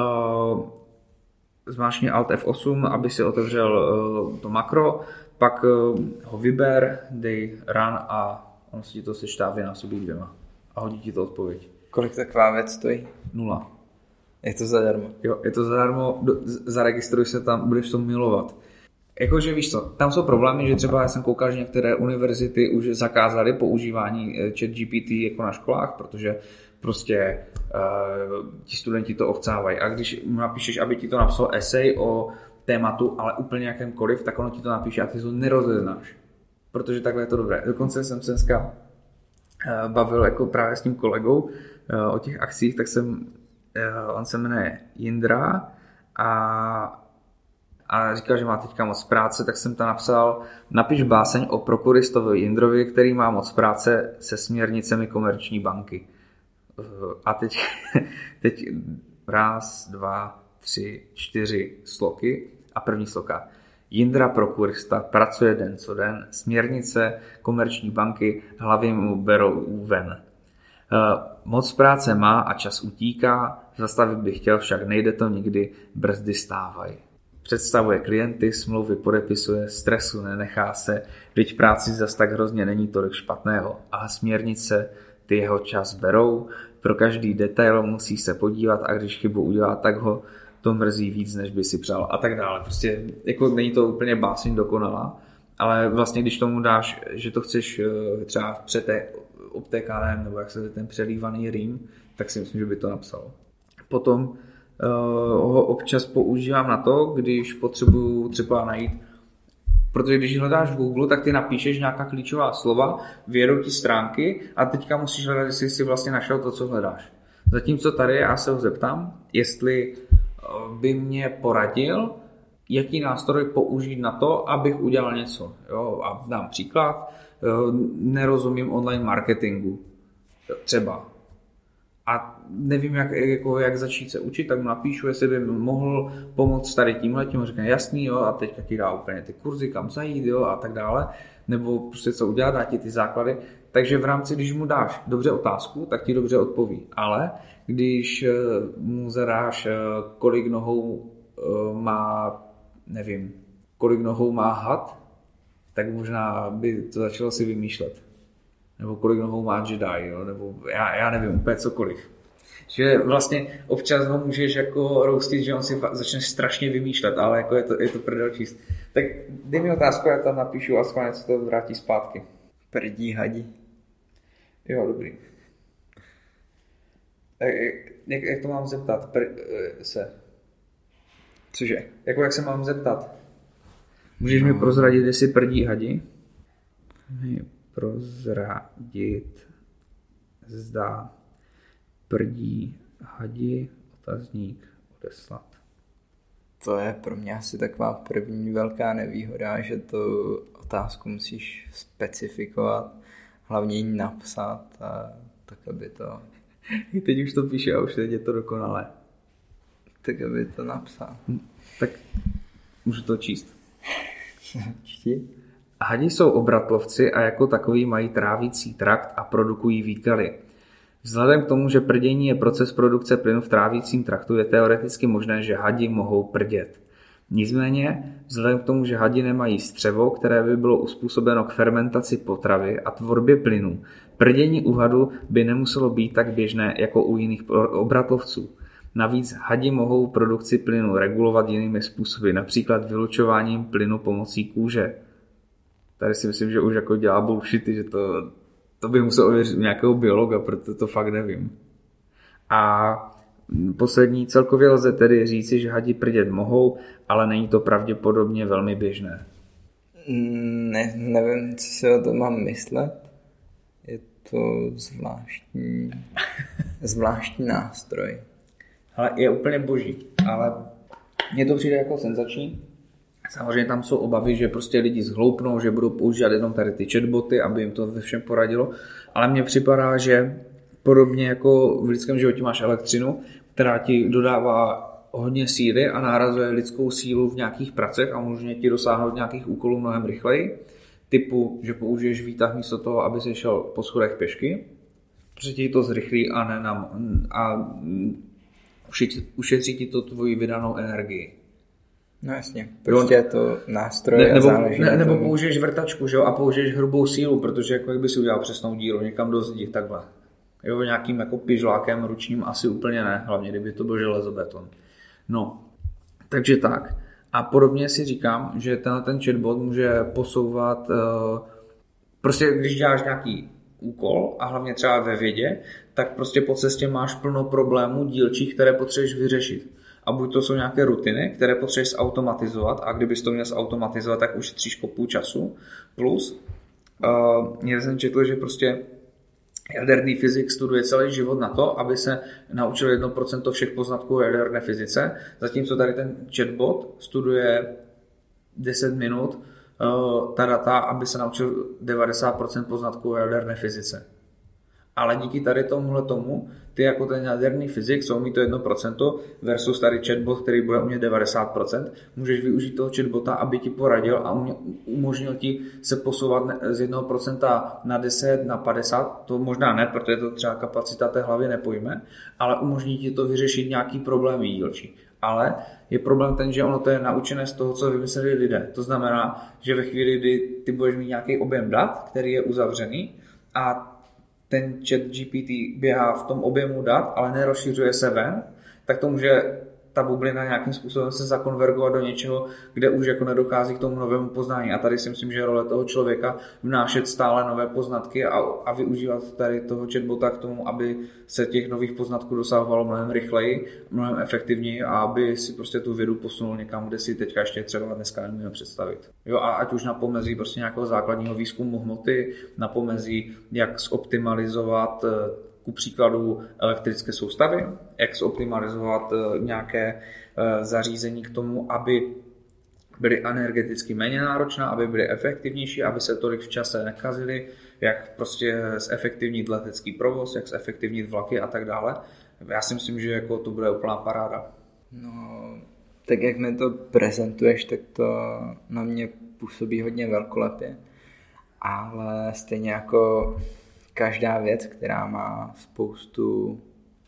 zmáčkni Alt F osm, aby si otevřel to makro, pak ho vyber, dej run a on si to sečtá vynásobí dvěma a hodí ti to odpověď. Kolik taková věc stojí? Nula. Je to zadarmo? Jo, je to zadarmo, zaregistruj se tam, budeš to milovat. Jakože víš co, tam jsou problémy, že třeba já jsem koukal, že některé univerzity už zakázaly používání ChatGPT jako na školách, protože prostě uh, ti studenti to ochcávají. A když mu napíšeš, aby ti to napsal esej o tématu, ale úplně jakémkoliv, tak ono ti to napíše a ty to nerozeznáš. Protože takhle je to dobré. Dokonce jsem se dneska uh, bavil jako právě s tím kolegou uh, o těch akcích, tak jsem, uh, on se jmenuje Jindra a a říkal, že má teďka moc práce, tak jsem tam napsal, napiš báseň o prokuristovi Jindrovi, který má moc práce se směrnicemi komerční banky. A teď, teď raz, dva, tři, čtyři sloky a první sloka. Jindra prokurista pracuje den co den, směrnice komerční banky hlavy mu berou ven. Moc práce má a čas utíká, zastavit bych chtěl, však nejde to nikdy, brzdy stávají. Představuje klienty, smlouvy podepisuje, stresu nenechá se, byť v práci zas tak hrozně není tolik špatného, ale směrnice ty jeho čas berou, pro každý detail musí se podívat a když chybu udělá, tak ho to mrzí víc, než by si přál a tak dále. Prostě jako není to úplně báseň dokonalá, ale vlastně když tomu dáš, že to chceš třeba přete obtékaném nebo jak se ten přelívaný rým, tak si myslím, že by to napsal. Potom Uh, ho občas používám na to, když potřebuju třeba najít, protože když hledáš v Google, tak ty napíšeš nějaká klíčová slova, vyjedou ti stránky a teďka musíš hledat, jestli jsi vlastně našel to, co hledáš. Zatímco tady já se ho zeptám, jestli by mě poradil, jaký nástroj použít na to, abych udělal něco. Jo? A dám příklad, nerozumím online marketingu třeba. A nevím, jak, jako, jak začít se učit, tak mu napíšu, jestli by mohl pomoct tady tímhletím, řekne jasný, jo, a teďka ti dá úplně ty kurzy, kam zajít, jo, a tak dále, nebo prostě co udělat, dá ti ty základy. Takže v rámci, když mu dáš dobře otázku, tak ti dobře odpoví. Ale když mu zadáš, kolik nohou má, nevím, kolik nohou má had, tak možná by to začalo si vymýšlet. Nebo kolik nohou má Jedi, jo? Nebo já, já nevím, úplně cokoliv. Že vlastně občas ho můžeš jako roustit, že on si začne strašně vymýšlet, ale jako je to, je to prdel číst. Tak dej mi otázku, já tam napíšu a schválně se to vrátí zpátky. Prdí hadi. Jo, dobrý. Jak, jak to mám zeptat? Pr, se. Cože? Jako jak se mám zeptat? Můžeš no. mi prozradit, jestli prdí hadi? Mi prozradit, zda prdí hadi, otazník odeslat. To je pro mě asi taková první velká nevýhoda, že tu otázku musíš specifikovat, hlavně ji napsat, a tak aby to... I teď už to píše a už teď je to dokonalé. Tak aby to napsal. Tak můžu to číst. Čti? Hadi jsou obratlovci a jako takový mají trávicí trakt a produkují výkaly. Vzhledem k tomu, že prdění je proces produkce plynu v trávicím traktu, je teoreticky možné, že hadi mohou prdět. Nicméně, vzhledem k tomu, že hadi nemají střevo, které by bylo uspůsobeno k fermentaci potravy a tvorbě plynů, prdění u hadu by nemuselo být tak běžné jako u jiných obratlovců. Navíc hadi mohou produkci plynu regulovat jinými způsoby, například vylučováním plynu pomocí kůže. Tady si myslím, že už jako dělá bullshity, že to, to by musel ověřit nějakého biologa, protože to fakt nevím. A poslední, celkově lze tedy říci, že hadi prdět mohou, ale není to pravděpodobně velmi běžné. Ne, nevím, co si o tom mám myslet. Je to zvláštní, zvláštní nástroj. Ale je úplně boží, ale mně to přijde jako senzační. Samozřejmě tam jsou obavy, že prostě lidi zhloupnou, že budou používat jenom tady ty chatboty, aby jim to ve všem poradilo. Ale mně připadá, že podobně jako v lidském životě máš elektřinu, která ti dodává hodně síly a nárazuje lidskou sílu v nějakých pracech a může ti dosáhnout nějakých úkolů mnohem rychleji. Typu, že použiješ výtah místo toho, aby si šel po schodech pěšky. Protože ti to zrychlí a, ne nám, a ušetří ti to tvoji vydanou energii. No jasně, prostě je to nástroj ne, nebo, a záleží ne, nebo tomu. použiješ vrtačku, že jo, a použiješ hrubou sílu, protože jako jak by si udělal přesnou díru někam do zdi, takhle. Jo, nějakým jako pižlákem ručním asi úplně ne, hlavně kdyby to byl železobeton. No, takže tak. A podobně si říkám, že tenhle ten chatbot může posouvat, uh, prostě když děláš nějaký úkol a hlavně třeba ve vědě, tak prostě po cestě máš plno problémů dílčích, které potřebuješ vyřešit. A buď to jsou nějaké rutiny, které potřebuješ zautomatizovat a kdybys to měl zautomatizovat, tak ušetříš kopu času. Plus, uh, někde jsem četl, že prostě jaderný fyzik studuje celý život na to, aby se naučil jedno procento všech poznatků o jaderné fyzice, zatímco tady ten chatbot studuje deset minut uh, ta data, aby se naučil devadesát procent poznatků o jaderné fyzice. Ale díky tady tomuhle tomu, ty jako ten jaderný fyzik, co umí to jedno procento versus tady chatbot, který bude umět devadesát procent, můžeš využít toho chatbota, aby ti poradil a umožnil ti se posouvat z jednoho procenta na deset, na padesát, to možná ne, protože to třeba kapacita té hlavy nepojme, ale umožní ti to vyřešit nějaký problémy dílčí. Ale je problém ten, že ono to je naučené z toho, co vymysleli lidé. To znamená, že ve chvíli, kdy ty budeš mít nějaký objem dat, který je uzavřený a ten chat G P T běhá v tom objemu dat, ale nerozšiřuje se ven, tak to může ta bublina nějakým způsobem se zakonvergovat do něčeho, kde už jako nedochází k tomu novému poznání. A tady si myslím, že role toho člověka vnášet stále nové poznatky a, a využívat tady toho chatbota k tomu, aby se těch nových poznatků dosahovalo mnohem rychleji, mnohem efektivněji a aby si prostě tu vědu posunul někam, kde si teďka ještě třeba dneska nemůžeme představit. Jo, a ať už na pomezí prostě nějakého základního výzkumu hmoty, na pomezí jak zoptimalizovat ku příkladu elektrické soustavy, jak zoptimalizovat nějaké zařízení k tomu, aby byly energeticky méně náročná, aby byly efektivnější, aby se tolik v čase nekazily, jak prostě zefektivnit letecký provoz, jak zefektivnit vlaky a tak dále. Já si myslím, že jako to bude úplná paráda. No, tak jak mi to prezentuješ, tak to na mě působí hodně velkolepě. Ale stejně jako každá věc, která má spoustu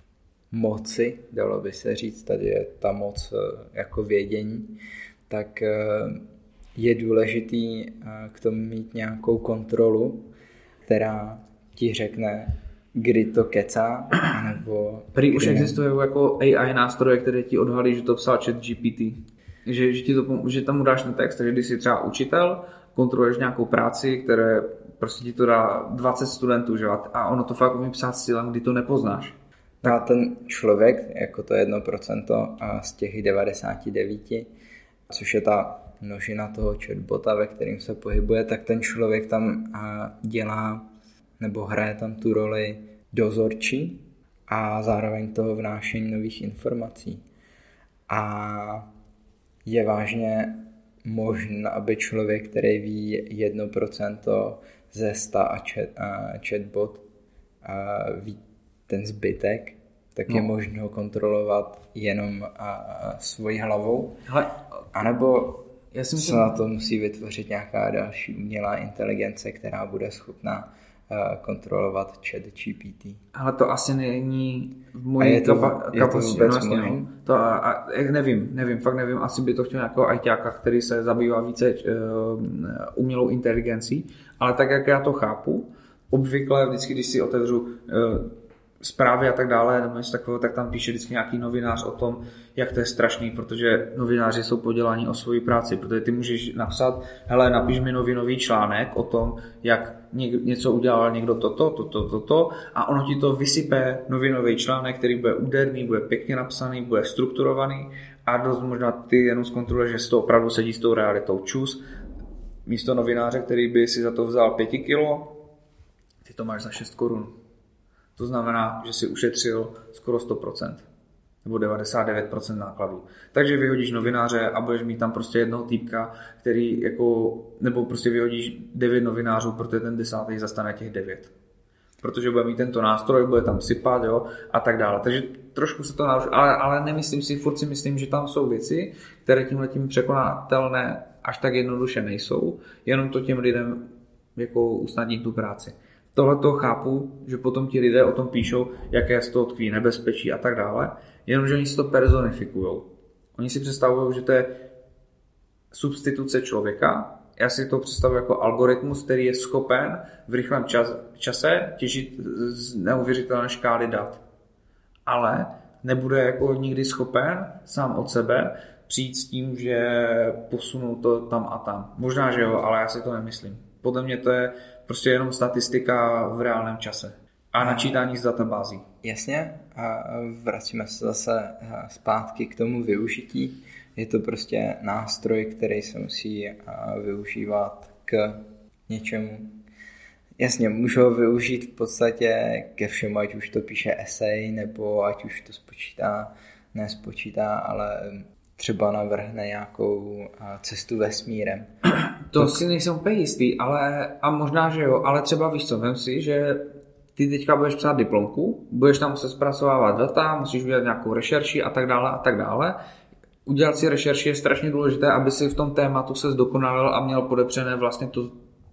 moci, dalo by se říct, tady je ta moc jako vědění, tak je důležitý k tomu mít nějakou kontrolu, která ti řekne, kdy to kecá, nebo... Prý už existují jako A I nástroje, které ti odhalí, že to psal chat G P T. Že, že, ti to, že tam mu dáš ten text, takže když jsi třeba učitel, kontroluješ nějakou práci, které prostě ti to dá dvacet studentů, že? A ono to fakt umí psát stylem, kdy to nepoznáš. A ten člověk, jako to jedno procento z těch devadesát devět, což je ta množina toho chatbota, ve kterým se pohybuje, tak ten člověk tam dělá nebo hraje tam tu roli dozorčí a zároveň toho vnášení nových informací. A je vážně možné, aby člověk, který ví jedno procento ze sta a, chat, a chatbot a ví ten zbytek, tak no. je možné ho kontrolovat jenom a, a svojí hlavou. Hele, a nebo já si myslím, se na to musí vytvořit nějaká další umělá inteligence, která bude schopná kontrolovat chat G P T. Ale to asi není v mojí kapacitě. No, to a, a, nevím, nevím, fakt nevím, asi by to chtěl nějakého ajťáka, který se zabývá více uh, umělou inteligencí, ale tak, jak já to chápu, obvykle vždycky, když si otevřu uh, zprávy a tak dále, nebo něco takového, tak tam píše vždycky nějaký novinář o tom, jak to je strašný, protože novináři jsou podělaní o svoji práci, protože ty můžeš napsat, hele, napiš mi novinový článek o tom, jak něco udělal někdo toto, toto, toto a ono ti to vysype novinový článek, který bude úderný, bude pěkně napsaný, bude strukturovaný a dost možná ty jenom zkontroluješ, že to opravdu sedí s tou realitou. Čus, místo novináře, který by si za to vzal pěti kilo, ty to máš za šest korun. To znamená, že si ušetřil skoro sto procent nebo devadesát devět procent nákladů. Takže vyhodíš novináře a budeš mít tam prostě jednoho týpka, který jako, nebo prostě vyhodíš devět novinářů, protože ten desátý zastane těch devět. Protože bude mít tento nástroj, bude tam sypat, jo, a tak dále. Takže trošku se to naruší, ale, ale nemyslím si, furt si myslím, že tam jsou věci, které tímhletím překonatelné až tak jednoduše nejsou, jenom to těm lidem jako usnadní tu práci. Tohle to chápu, že potom ti lidé o tom píšou, jaké z toho tkví nebezpečí a tak dále, jenomže oni si to personifikují. Oni si představují, že to je substituce člověka. Já si to představuji jako algoritmus, který je schopen v rychlém čas, čase těžit z neuvěřitelné škály dat. Ale nebude jako nikdy schopen sám od sebe přijít s tím, že posunu to tam a tam. Možná, že jo, ale já si to nemyslím. Podle mě to je prostě jenom statistika v reálném čase a načítání z databází. Jasně, a vracíme se zase zpátky k tomu využití. Je to prostě nástroj, který se musí využívat k něčemu. Jasně, můžu ho využít v podstatě ke všemu, ať už to píše esej, nebo ať už to spočítá, nespočítá, ale třeba navrhne nějakou cestu vesmírem. To tak si nejsem úplně jistý, ale a možná, že jo, ale třeba víš co, vem si, že ty teďka budeš psát diplomku, budeš tam muset zpracovávat data, musíš udělat nějakou rešerši a tak dále a tak dále. Udělat si rešerši je strašně důležité, aby si v tom tématu se zdokonalil a měl podepřené vlastně to,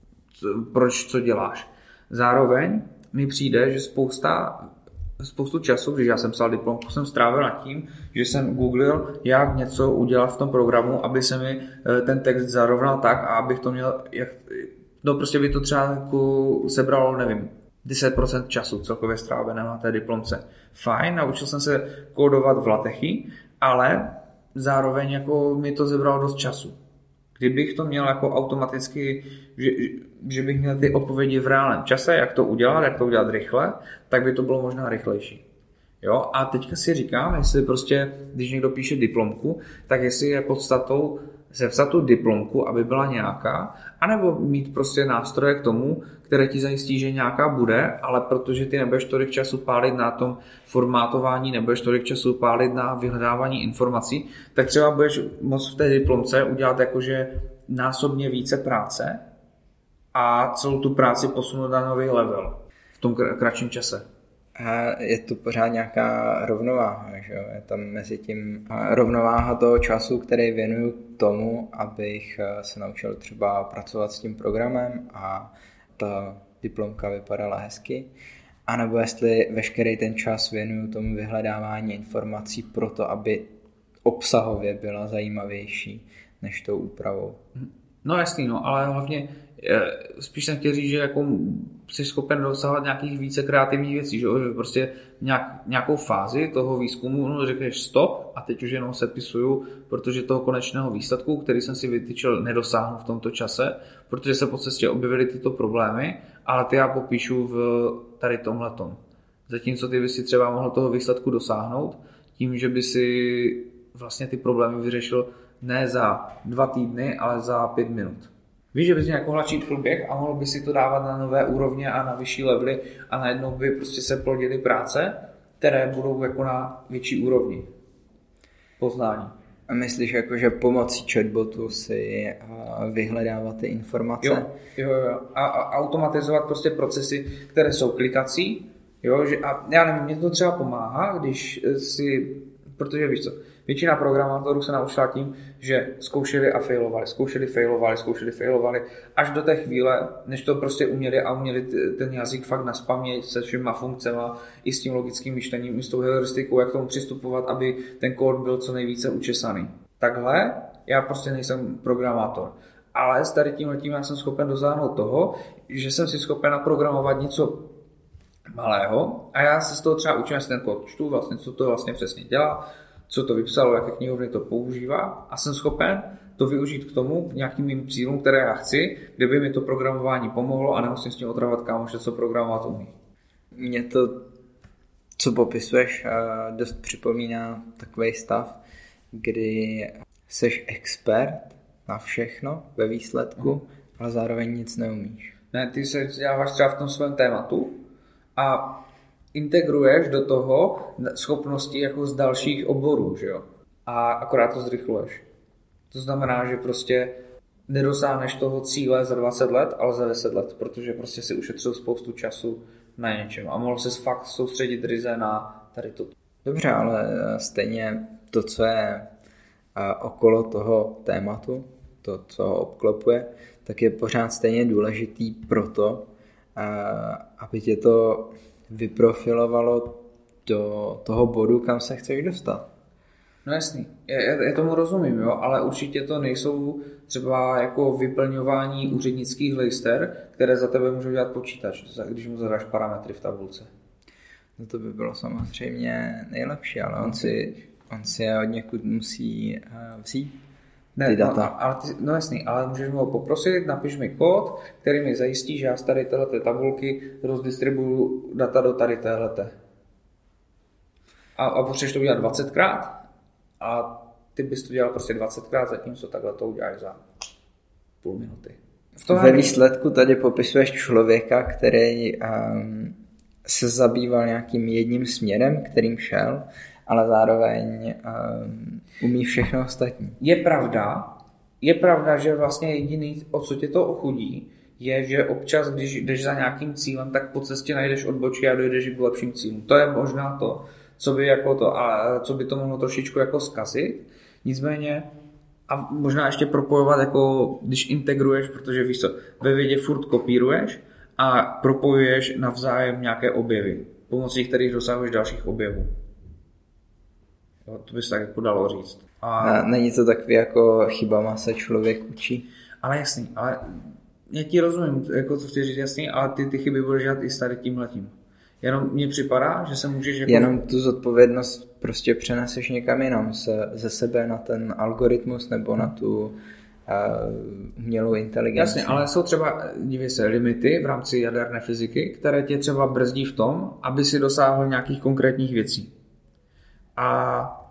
proč co děláš. Zároveň mi přijde, že spousta spoustu času, když já jsem psal diplomku, jsem strávil nad tím, že jsem googlil, jak něco udělat v tom programu, aby se mi ten text zarovnal tak a abych to měl, jak, no prostě by to třeba jako sebralo, nevím, deset procent času celkově strávené na té diplomce. Fajn, naučil jsem se kódovat v LaTeXi, ale zároveň jako mi to zebralo dost času. Kdybych to měl jako automaticky, že, že bych měl ty odpovědi v reálném čase, jak to udělat, jak to udělat rychle, tak by to bylo možná rychlejší. Jo? A teďka si říkám, jestli prostě, když někdo píše diplomku, tak jestli je podstatou sepsat tu diplomku, aby byla nějaká, anebo mít prostě nástroje k tomu, které ti zajistí, že nějaká bude, ale protože ty nebudeš tolik času pálit na tom formátování, nebudeš tolik času pálit na vyhledávání informací, tak třeba budeš moct v té diplomce udělat jakože násobně více práce a celou tu práci posunout na nový level v tom kratším čase. A je tu pořád nějaká rovnováha, že jo? Je tam mezi tím rovnováha toho času, který věnuju tomu, abych se naučil třeba pracovat s tím programem a ta diplomka vypadala hezky, anebo jestli veškerý ten čas věnuju tomu vyhledávání informací pro to, aby obsahově byla zajímavější než tou úpravou. No jasný, no, ale hlavně spíš jsem chtěl říct, že jako jsi schopen dosahovat nějakých více kreativních věcí, že prostě nějak, nějakou fázi toho výzkumu no, řekneš stop a teď už jenom sepisuju, protože toho konečného výsledku, který jsem si vytyčil, nedosáhnu v tomto čase, protože se po cestě objevily tyto problémy, ale ty já popíšu v tady tomhletom. Zatímco ty by si třeba mohl toho výsledku dosáhnout tím, že by si vlastně ty problémy vyřešil ne za dva týdny, ale za pět minut. Víš, že bys měl jako hladší průběh a mohl by si to dávat na nové úrovně a na vyšší levely a najednou by prostě se plodily práce, které budou jako na větší úrovni poznání. A myslíš, jako, že pomocí chatbotu si vyhledávat ty informace? Jo, jo, jo. A, a automatizovat prostě procesy, které jsou klikací. Jo, že, a já nevím, mě to třeba pomáhá, když si, protože víš co, většina programátorů se naučila tím, že zkoušeli a failovali, zkoušeli, failovali, zkoušeli, failovali, až do té chvíle, než to prostě uměli a uměli ten jazyk fakt naspamět se všema funkcema, i s tím logickým myšlením, i s tou heuristikou, jak tomu přistupovat, aby ten kód byl co nejvíce učesaný. Takhle já prostě nejsem programátor. Ale s tady tímhletím já jsem schopen dosáhnout toho, že jsem si schopen naprogramovat něco malého a já se z toho třeba učím, jestli ten kód čtu, vlastně, co to vlastně přesně dělá, co to vypsalo, jaké knihovny to používá a jsem schopen to využít k tomu, k nějakým mým cílům, které já chci, kde by mi to programování pomohlo a nemusím s tím otravovat kámoše, co programovat umí. Mně to, co popisuješ, dost připomíná takový stav, kdy seš expert na všechno ve výsledku, hmm. ale zároveň nic neumíš. Ne, ty se děláš třeba v tom svém tématu a integruješ do toho schopnosti jako z dalších oborů, že jo? A akorát to zrychluješ. To znamená, že prostě nedosáhneš toho cíle za dvacet let, ale za deset let, protože prostě si ušetřil spoustu času na něčem a mohl se fakt soustředit ryze na tady to. Dobře, ale stejně to, co je okolo toho tématu, to, co ho obklopuje, tak je pořád stejně důležitý proto, aby tě to vyprofilovalo do toho bodu, kam se chceš dostat. No jasný, já, já tomu rozumím, jo, ale určitě to nejsou třeba jako vyplňování úřednických lister, které za tebe může dělat počítač, když mu zadáš parametry v tabulce. No to by bylo samozřejmě nejlepší, ale on si, on si je od někud musí vzít. Ne, ty data. No, ale ty, no jasný, ale můžeš mu ho poprosit, napiš mi kód, který mi zajistí, že já z tady téhleté tabulky rozdistribuju data do tady téhleté. A, a potřebuješ to udělat dvacetkrát a ty bys to dělal prostě dvacetkrát, zatímco takhle to uděláš za půl minuty. V tom Ve výsledku tady popisuješ člověka, který um, se zabýval nějakým jedním směrem, kterým šel, ale zároveň um, umí všechno ostatní. Je pravda, je pravda, že vlastně jediný, o co tě to ochudí, je, že občas, když jdeš za nějakým cílem, tak po cestě najdeš odbočky a dojdeš k lepším cílům. To je možná to, co by, jako to, a co by to mohlo trošičku jako zkazit. Nicméně, a možná ještě propojovat, jako když integruješ, protože víš co, ve vědě furt kopíruješ a propojuješ navzájem nějaké objevy, pomocí kterých dosahuješ dalších objevů. Jo, to by se tak jako dalo říct. A není to takový jako chybama se člověk učí? Ale jasný, ale já ti rozumím, jako co chci říct jasný, ale ty, ty chyby budeš dělat i s tady tímhletím. Jenom mně připadá, že se můžeš jako... Jenom tu zodpovědnost prostě přeneseš někam jinam, se, ze sebe na ten algoritmus nebo na tu uh, umělou inteligenci. Jasně, ale jsou třeba, dívej se, limity v rámci jaderné fyziky, které tě třeba brzdí v tom, aby si dosáhl nějakých konkrétních věcí. A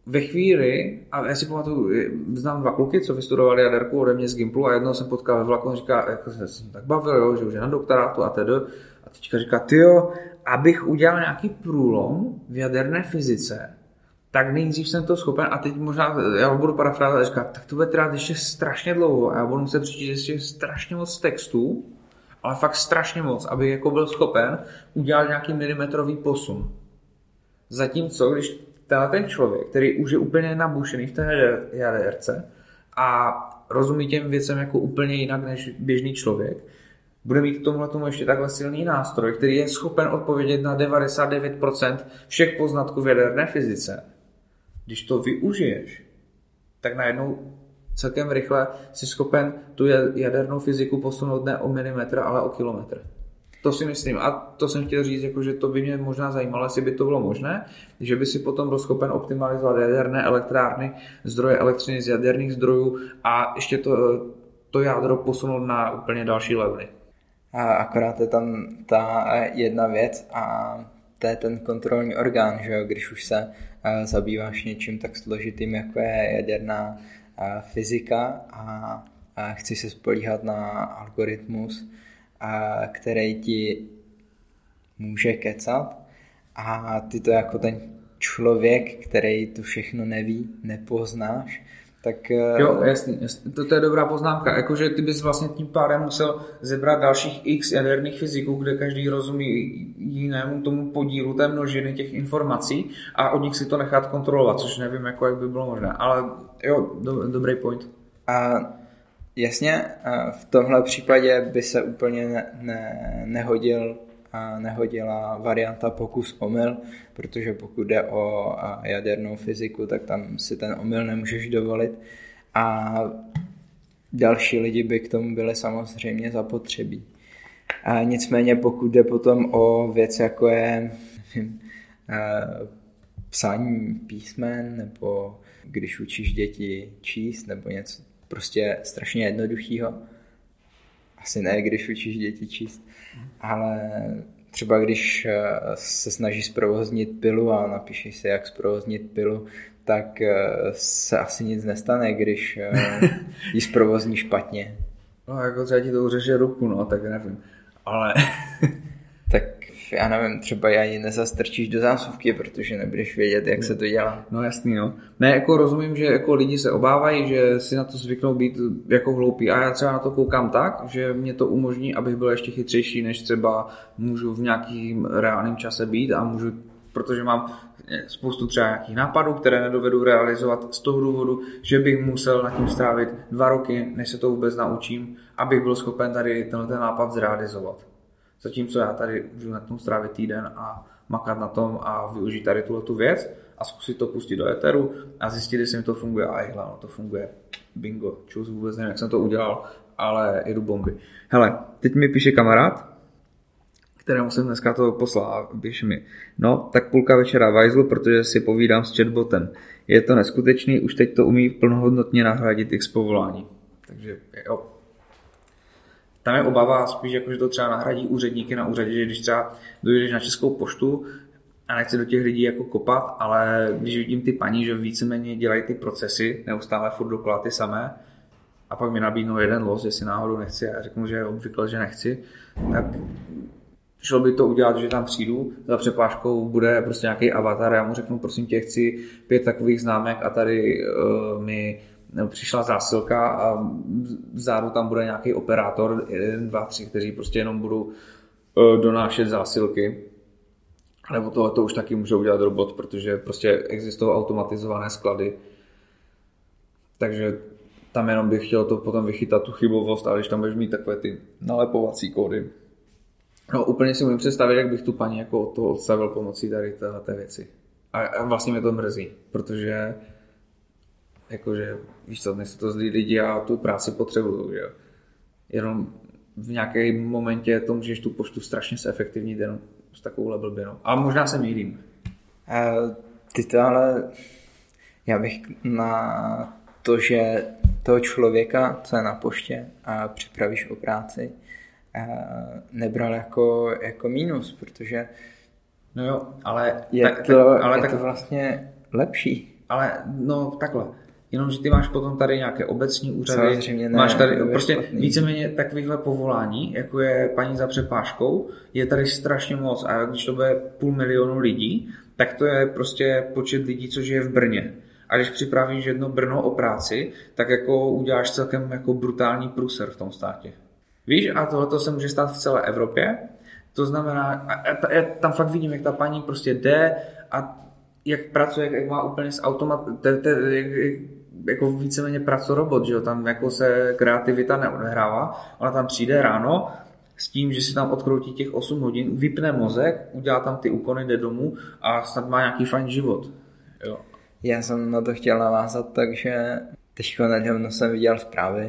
ve chvíli, a já si pamatuju, znám dva kluky, co vystudovali jaderku ode mě z Gimplu a jednoho jsem potkal ve vlaku, on říká, jako jsem se tak bavil, jo, že už je na doktorátu a tedy. A teďka říká, tyjo, abych udělal nějaký průlom v jaderné fyzice, tak nejdřív jsem to schopen a teď možná, já budu parafrázovat a říkat, tak to bude trvat ještě strašně dlouho a já budu muset přečíst ještě strašně moc textů, ale fakt strašně moc, abych jako byl schopen udělat nějaký milimetrový posun. Zatímco, když tenhle ten člověk, který už je úplně nabušený v té jaderce a rozumí těm věcem jako úplně jinak než běžný člověk, bude mít k tomuhle tomu ještě takhle silný nástroj, který je schopen odpovědět na devadesát devět procent všech poznatků v jaderné fyzice. Když to využiješ, tak najednou celkem rychle jsi schopen tu jadernou fyziku posunout ne o milimetr, ale o kilometr. To si myslím. A to jsem chtěl říct, jako, že to by mě možná zajímalo, jestli by to bylo možné, že by si potom byl schopen optimalizovat jaderné elektrárny, zdroje elektřiny z jaderných zdrojů a ještě to, to jádro posunout na úplně další levely. A akorát je tam ta jedna věc a to je ten kontrolní orgán, že jo? Když už se zabýváš něčím tak složitým, jako je jaderná fyzika a chci se spolíhat na algoritmus, který ti může kecat a ty to jako ten člověk, který to všechno neví, nepoznáš, tak... Jo, jasný, jasný. To, to je dobrá poznámka. Jakože ty bys vlastně tím pádem musel zebrat dalších x jaderných fyziků, kde každý rozumí jinému tomu podílu té množiny těch informací a od nich si to nechat kontrolovat, což nevím, jako jak by bylo možné. Ale jo, do, dobrý point. A jasně, v tomhle případě by se úplně ne, ne, nehodil, nehodila varianta pokus omyl, protože pokud jde o jadernou fyziku, tak tam si ten omyl nemůžeš dovolit a další lidi by k tomu byli samozřejmě zapotřebí. A nicméně pokud jde potom o věc, jako je nevím, psání písmen, nebo když učíš děti číst, nebo něco prostě strašně jednoduchýho. Asi ne, když učíš děti číst, ale třeba když se snažíš zprovoznit pilu a napíšeš si, jak zprovoznit pilu, tak se asi nic nestane, když ji zprovozní špatně. No, jako třeba ti to uřeže ruku, no, tak nevím, ale... tak já nevím, třeba já ji nezastrčíš do zásuvky, protože nebudeš vědět, jak se to dělá. No jasný, no. Ne, jako rozumím, že jako lidi se obávají, že si na to zvyknou být jako hloupí a já třeba na to koukám tak, že mě to umožní, abych byl ještě chytřejší, než třeba můžu v nějakým reálném čase být a můžu, protože mám spoustu třeba nějakých nápadů, které nedovedu realizovat z toho důvodu, že bych musel nad tím strávit dva roky, než se to vůbec naučím, abych byl schopen tady tenhle ten nápad zrealizovat. Zatímco já tady můžu na tom strávit týden a makat na tom a využít tady tuhletu věc a zkusit to pustit do éteru a zjistit, jestli mi to funguje. A jhle, no to funguje. Bingo. Čus, vůbec nevím, jak jsem to udělal, ale jedu bomby. Hele, teď mi píše kamarád, kterému jsem dneska to poslal a píše mi, no, tak půlka večera vajzlu, protože si povídám s chatbotem. Je to neskutečný, už teď to umí plnohodnotně nahradit x povolání. Takže jo. Tam je obava spíš, jako, že to třeba nahradí úředníky na úřadě, že když třeba dojdeš na Českou poštu a nechci do těch lidí jako kopat, ale když vidím ty paní, že víceméně dělají ty procesy, neustále furt dokola ty samé, a pak mi nabídnou jeden los, jestli náhodou nechci, a já řeknu, že je obvykle, že nechci, tak šlo by to udělat, že tam přijdu, za přepážkou bude prostě nějaký avatar, já mu řeknu, prosím tě, chci pět takových známek a tady uh, mi přišla zásilka a vzadu tam bude nějaký operátor, jeden, dva, tři, kteří prostě jenom budou uh, donášet zásilky. Nebo tohle to už taky může udělat robot, protože prostě existují automatizované sklady. Takže tam jenom bych chtěl to potom vychytat tu chybovost, ale když tam budeš mít takové ty nalepovací kódy. No úplně si umím představit, jak bych tu paní jako od toho odstavil pomocí tady té věci. A vlastně mě to mrzí, protože jakože, víš co, dnes jsou to zlí lidi a tu práci potřebují, že jo. Jenom v nějakém momentě to můžeš tu poštu strašně zefektivnit jenom s takovouhle blbinou. Ale možná se mýlím. Uh, ty to ale, já bych na to, že toho člověka, co je na poště a připravíš o práci, nebral jako, jako mínus, protože no jo, ale je, tak, to, ale je tak, to vlastně lepší. ale no takhle. Jenomže ty máš potom tady nějaké obecní úřady, Samozřejmě ne, máš tady to prostě špatný. víceméně takovýchhle povolání, jako je paní za přepážkou, je tady strašně moc a když to bude půl milionu lidí, tak to je prostě počet lidí, co žije v Brně. A když připravíš jedno Brno o práci, tak jako uděláš celkem jako brutální průser v tom státě. Víš, a tohle se může stát v celé Evropě, to znamená, a já tam fakt vidím, jak ta paní prostě jde a jak pracuje, jak má úplně z automat, te, te, jak, jako víceméně pracorobot, že jo, tam jako se kreativita neodehrává, ona tam přijde ráno s tím, že si tam odkroutí těch osm hodin, vypne mozek, udělá tam ty úkony, jde domů a snad má nějaký fajn život. Jo. Já jsem na to chtěl navázat, takže teďko nedávno jsem viděl zprávy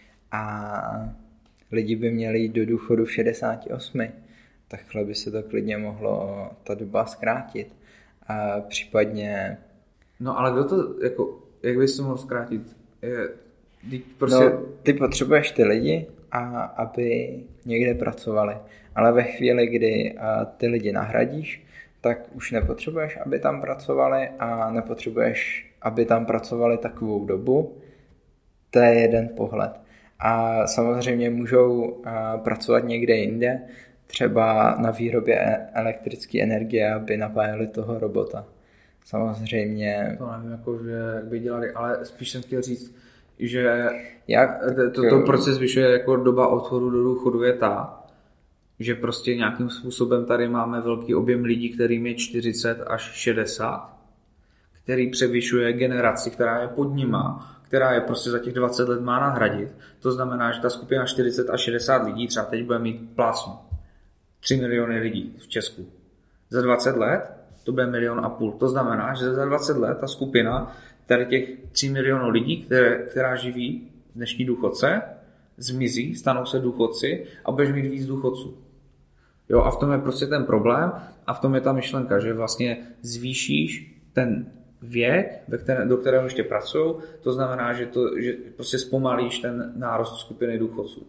a lidi by měli jít do důchodu v šedesáti osmi. Takhle by se to klidně mohlo ta doba zkrátit. A případně... No ale kdo to, jako, jak bys to mohl zkrátit? Je, prostě... No, ty potřebuješ ty lidi, a aby někde pracovali. Ale ve chvíli, kdy ty lidi nahradíš, tak už nepotřebuješ, aby tam pracovali a nepotřebuješ, aby tam pracovali takovou dobu. To je jeden pohled. A samozřejmě můžou pracovat někde jinde, třeba na výrobě elektrické energie, aby napájeli toho robota. Samozřejmě... To nevím, jako, že jak by dělali, ale spíš jsem chtěl říct, že jak, to, to proč se zvyšuje jako doba odchodu do důchodu je ta, že prostě nějakým způsobem tady máme velký objem lidí, kterým je čtyřicet až šedesát, který převyšuje generaci, která je pod nima, která je prostě za těch dvacet let má nahradit. To znamená, že ta skupina čtyřicet až šedesát lidí třeba teď bude mít plácnu. tři miliony lidí v Česku. Za dvacet let to bude milion a půl. To znamená, že za dvacet let ta skupina tady těch tři milionů lidí, které, která živí dnešní důchodce, zmizí, stanou se důchodci a budeš mít víc důchodců. Jo, a v tom je prostě ten problém a v tom je ta myšlenka, že vlastně zvýšíš ten věk, ve které, do kterého ještě pracují, to znamená, že, to, že prostě zpomalíš ten nárost skupiny důchodců.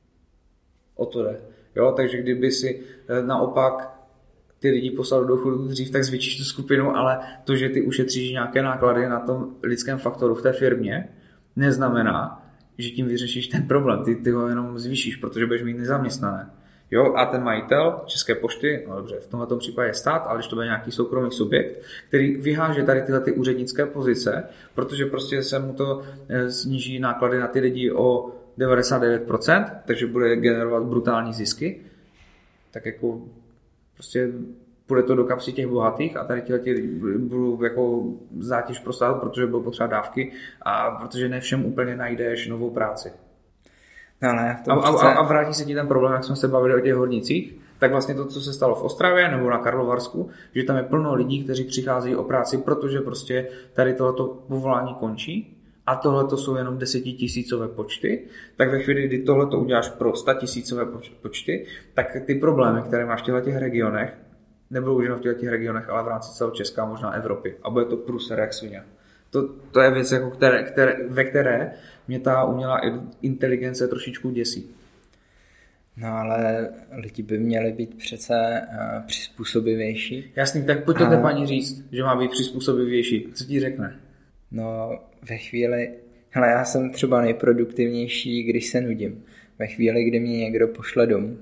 O to jde. Jo, takže kdyby si naopak ty lidi poslal do důchodu dřív, tak zvětšíš tu skupinu, ale to, že ty ušetříš nějaké náklady na tom lidském faktoru v té firmě, neznamená, že tím vyřešíš ten problém. Ty, ty ho jenom zvýšíš, protože budeš mít nezaměstnané. Jo, a ten majitel České pošty, no dobře, v tomto případě je stát, ale když to bude nějaký soukromý subjekt, který vyháže tady tyhle ty úřednické pozice, protože prostě se mu to sníží náklady na ty lidi o devadesát devět procent, takže bude generovat brutální zisky, tak jako prostě půjde to do kapsy těch bohatých a tady ti budou jako zátěž pro stát, protože budou potřeba dávky a protože ne všem úplně najdeš novou práci. No, ale a, a, a vrátí se ti ten problém, jak jsme se bavili o těch hornicích, tak vlastně to, co se stalo v Ostravě nebo na Karlovarsku, že tam je plno lidí, kteří přicházejí o práci, protože prostě tady tohleto povolání končí a tohleto jsou jenom desetitisícové počty, tak ve chvíli, kdy tohleto uděláš pro statisícové počty, tak ty problémy, které máš v těch regionech, nebudou už jenom v těch regionech, ale v rámci celého Česka, možná Evropy. A bude to průser jak svině. To, to je věc, jako které, které, ve které mě ta umělá inteligence trošičku děsí. No ale lidi by měli být přece uh, přizpůsobivější. Jasný, tak pojďte a... paní říct, že má být přizpůsobivější. Co ti řekne? No ve chvíli, hele, já jsem třeba nejproduktivnější, když se nudím. Ve chvíli, kdy mě někdo pošle domů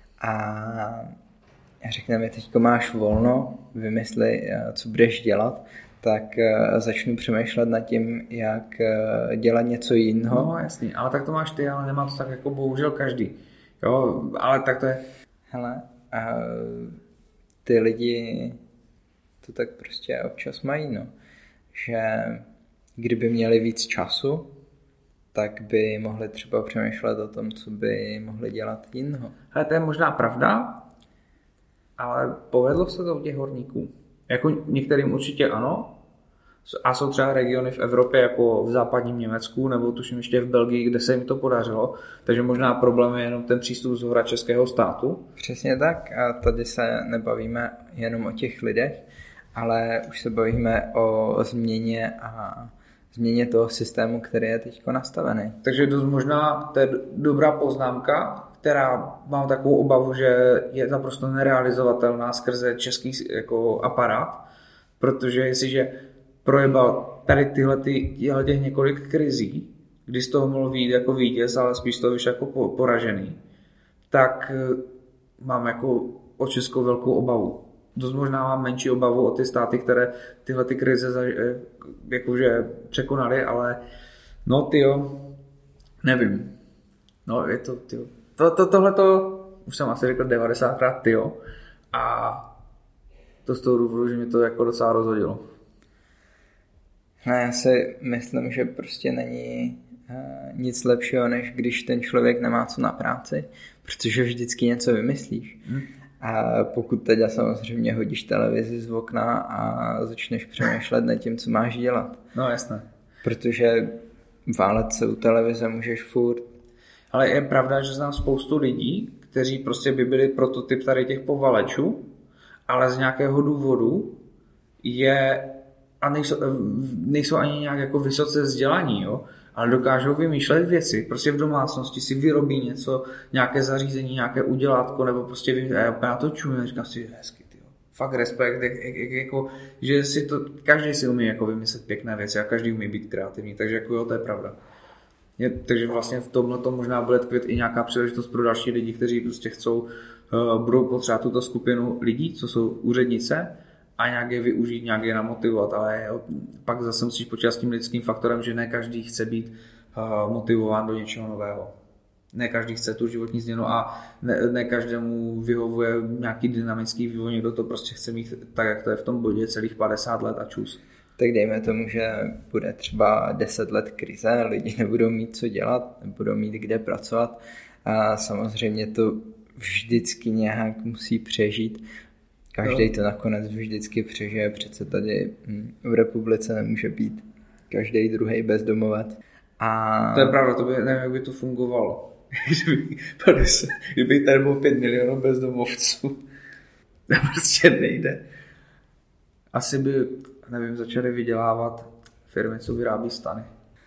a řekne mi, teďko máš volno, vymysli, co budeš dělat, tak začnu přemýšlet nad tím, jak dělat něco jiného. No jasný, ale tak to máš ty, ale nemá to tak jako bohužel každý. Jo, ale tak to je... Hele, a ty lidi to tak prostě občas mají, no. Že kdyby měli víc času, tak by mohli třeba přemýšlet o tom, co by mohli dělat jiného. Hele, to je možná pravda, ale povedlo se to u těch horníků. Jako některým určitě ano, a jsou třeba regiony v Evropě, jako v západním Německu, nebo tuším ještě v Belgii, kde se jim to podařilo, takže možná problém je jenom ten přístup z hora českého státu. Přesně tak, a tady se nebavíme jenom o těch lidech, ale už se bavíme o změně a změně toho systému, který je teď nastavený. Takže dost možná to je dobrá poznámka, která mám takovou obavu, že je naprosto nerealizovatelná skrze český jako aparát, protože jestliže projebal tady tyhle ty, těch několik krizí, kdy z toho mohl vyjít jako vítěz, ale spíš z toho vyšel jako poražený, tak mám jako o Českou velkou obavu. Dost možná mám menší obavu o ty státy, které tyhle ty krize jakože překonaly, ale no tyjo, nevím. No je to tyjo. To, to, tohleto, už jsem asi řekl devadesátkrát tyjo a to z toho důvodu, že mě to jako docela rozhodilo. No, já si myslím, že prostě není uh, nic lepšího, než když ten člověk nemá co na práci, protože vždycky něco vymyslíš. Hmm. A pokud teda samozřejmě hodíš televizi z okna a začneš přemýšlet nad tím, co máš dělat. No jasné. Protože válet se u televize můžeš furt. Ale je pravda, že znám spoustu lidí, kteří prostě by byli prototyp tady těch povalečů, ale z nějakého důvodu je a nejsou, nejsou ani nějak jako vysoce vzdělaní, jo? Ale dokážou vymýšlet věci. Prostě v domácnosti si vyrobí něco, nějaké zařízení, nějaké udělátko, nebo prostě vymýšlet. A já to čumím, říkám si, hezky, tyjo. Fakt respekt, jak, jak, jako, že si to, každý si umí jako vymyslet pěkné věci a každý umí být kreativní, takže jako jo, to je pravda. Je, takže vlastně v tomhle to možná bude tkvět i nějaká příležitost pro další lidi, kteří prostě chcou, uh, budou potřebovat tuto skupinu lidí, co jsou úřednice, a nějak je využít, nějak je namotivovat, ale jo, pak zase musíš počítat s tím lidským faktorem, že ne každý chce být uh, motivován do něčeho nového. Ne každý chce tu životní změnu a ne, ne každému vyhovuje nějaký dynamický vývoj, někdo to prostě chce mít tak, jak to je v tom bodě celých padesát let a čus. Tak dejme tomu, že bude třeba deset let krize, lidi nebudou mít co dělat, nebudou mít kde pracovat a samozřejmě to vždycky nějak musí přežít. Každý to nakonec vždycky přežije, přece tady v republice nemůže být každý druhý bezdomovec. A... To je pravda, to by, nevím, jak by to fungovalo. Kdyby tady bylo pět milionů bezdomovců, to prostě nejde. Asi by, nevím, začali vydělávat firmy, co vyrábí stany.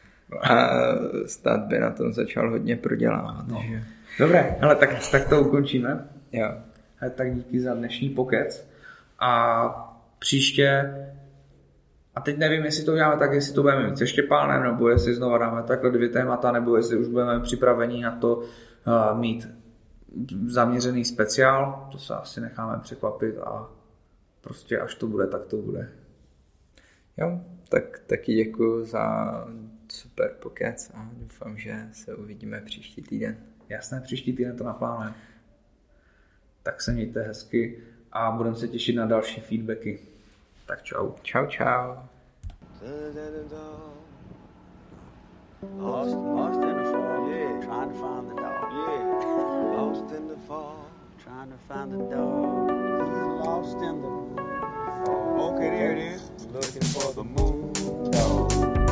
A stát by na tom začal hodně prodělávat. No. Že? Dobré, ale tak, tak to ukončíme. Jo. Tak díky za dnešní pokec. A příště, a teď nevím, jestli to uděláme tak, jestli to budeme mít se Štěpánem, nebo jestli znova dáme takhle dvě témata, nebo jestli už budeme připraveni na to uh, mít zaměřený speciál. To se asi necháme překvapit a prostě až to bude, tak to bude. Jo, tak taky děkuji za super pokec a doufám, že se uvidíme příští týden. Jasné, příští týden to naplánujeme. Tak se mějte hezky a budeme se těšit na další feedbacky. Tak čau. Čau, čau. Lost, lost in the fall, yeah, trying to find the dog, yeah. Lost in the fall, trying to find the dog. He's lost in the fall. Okay, there it is. Looking for the moon dog.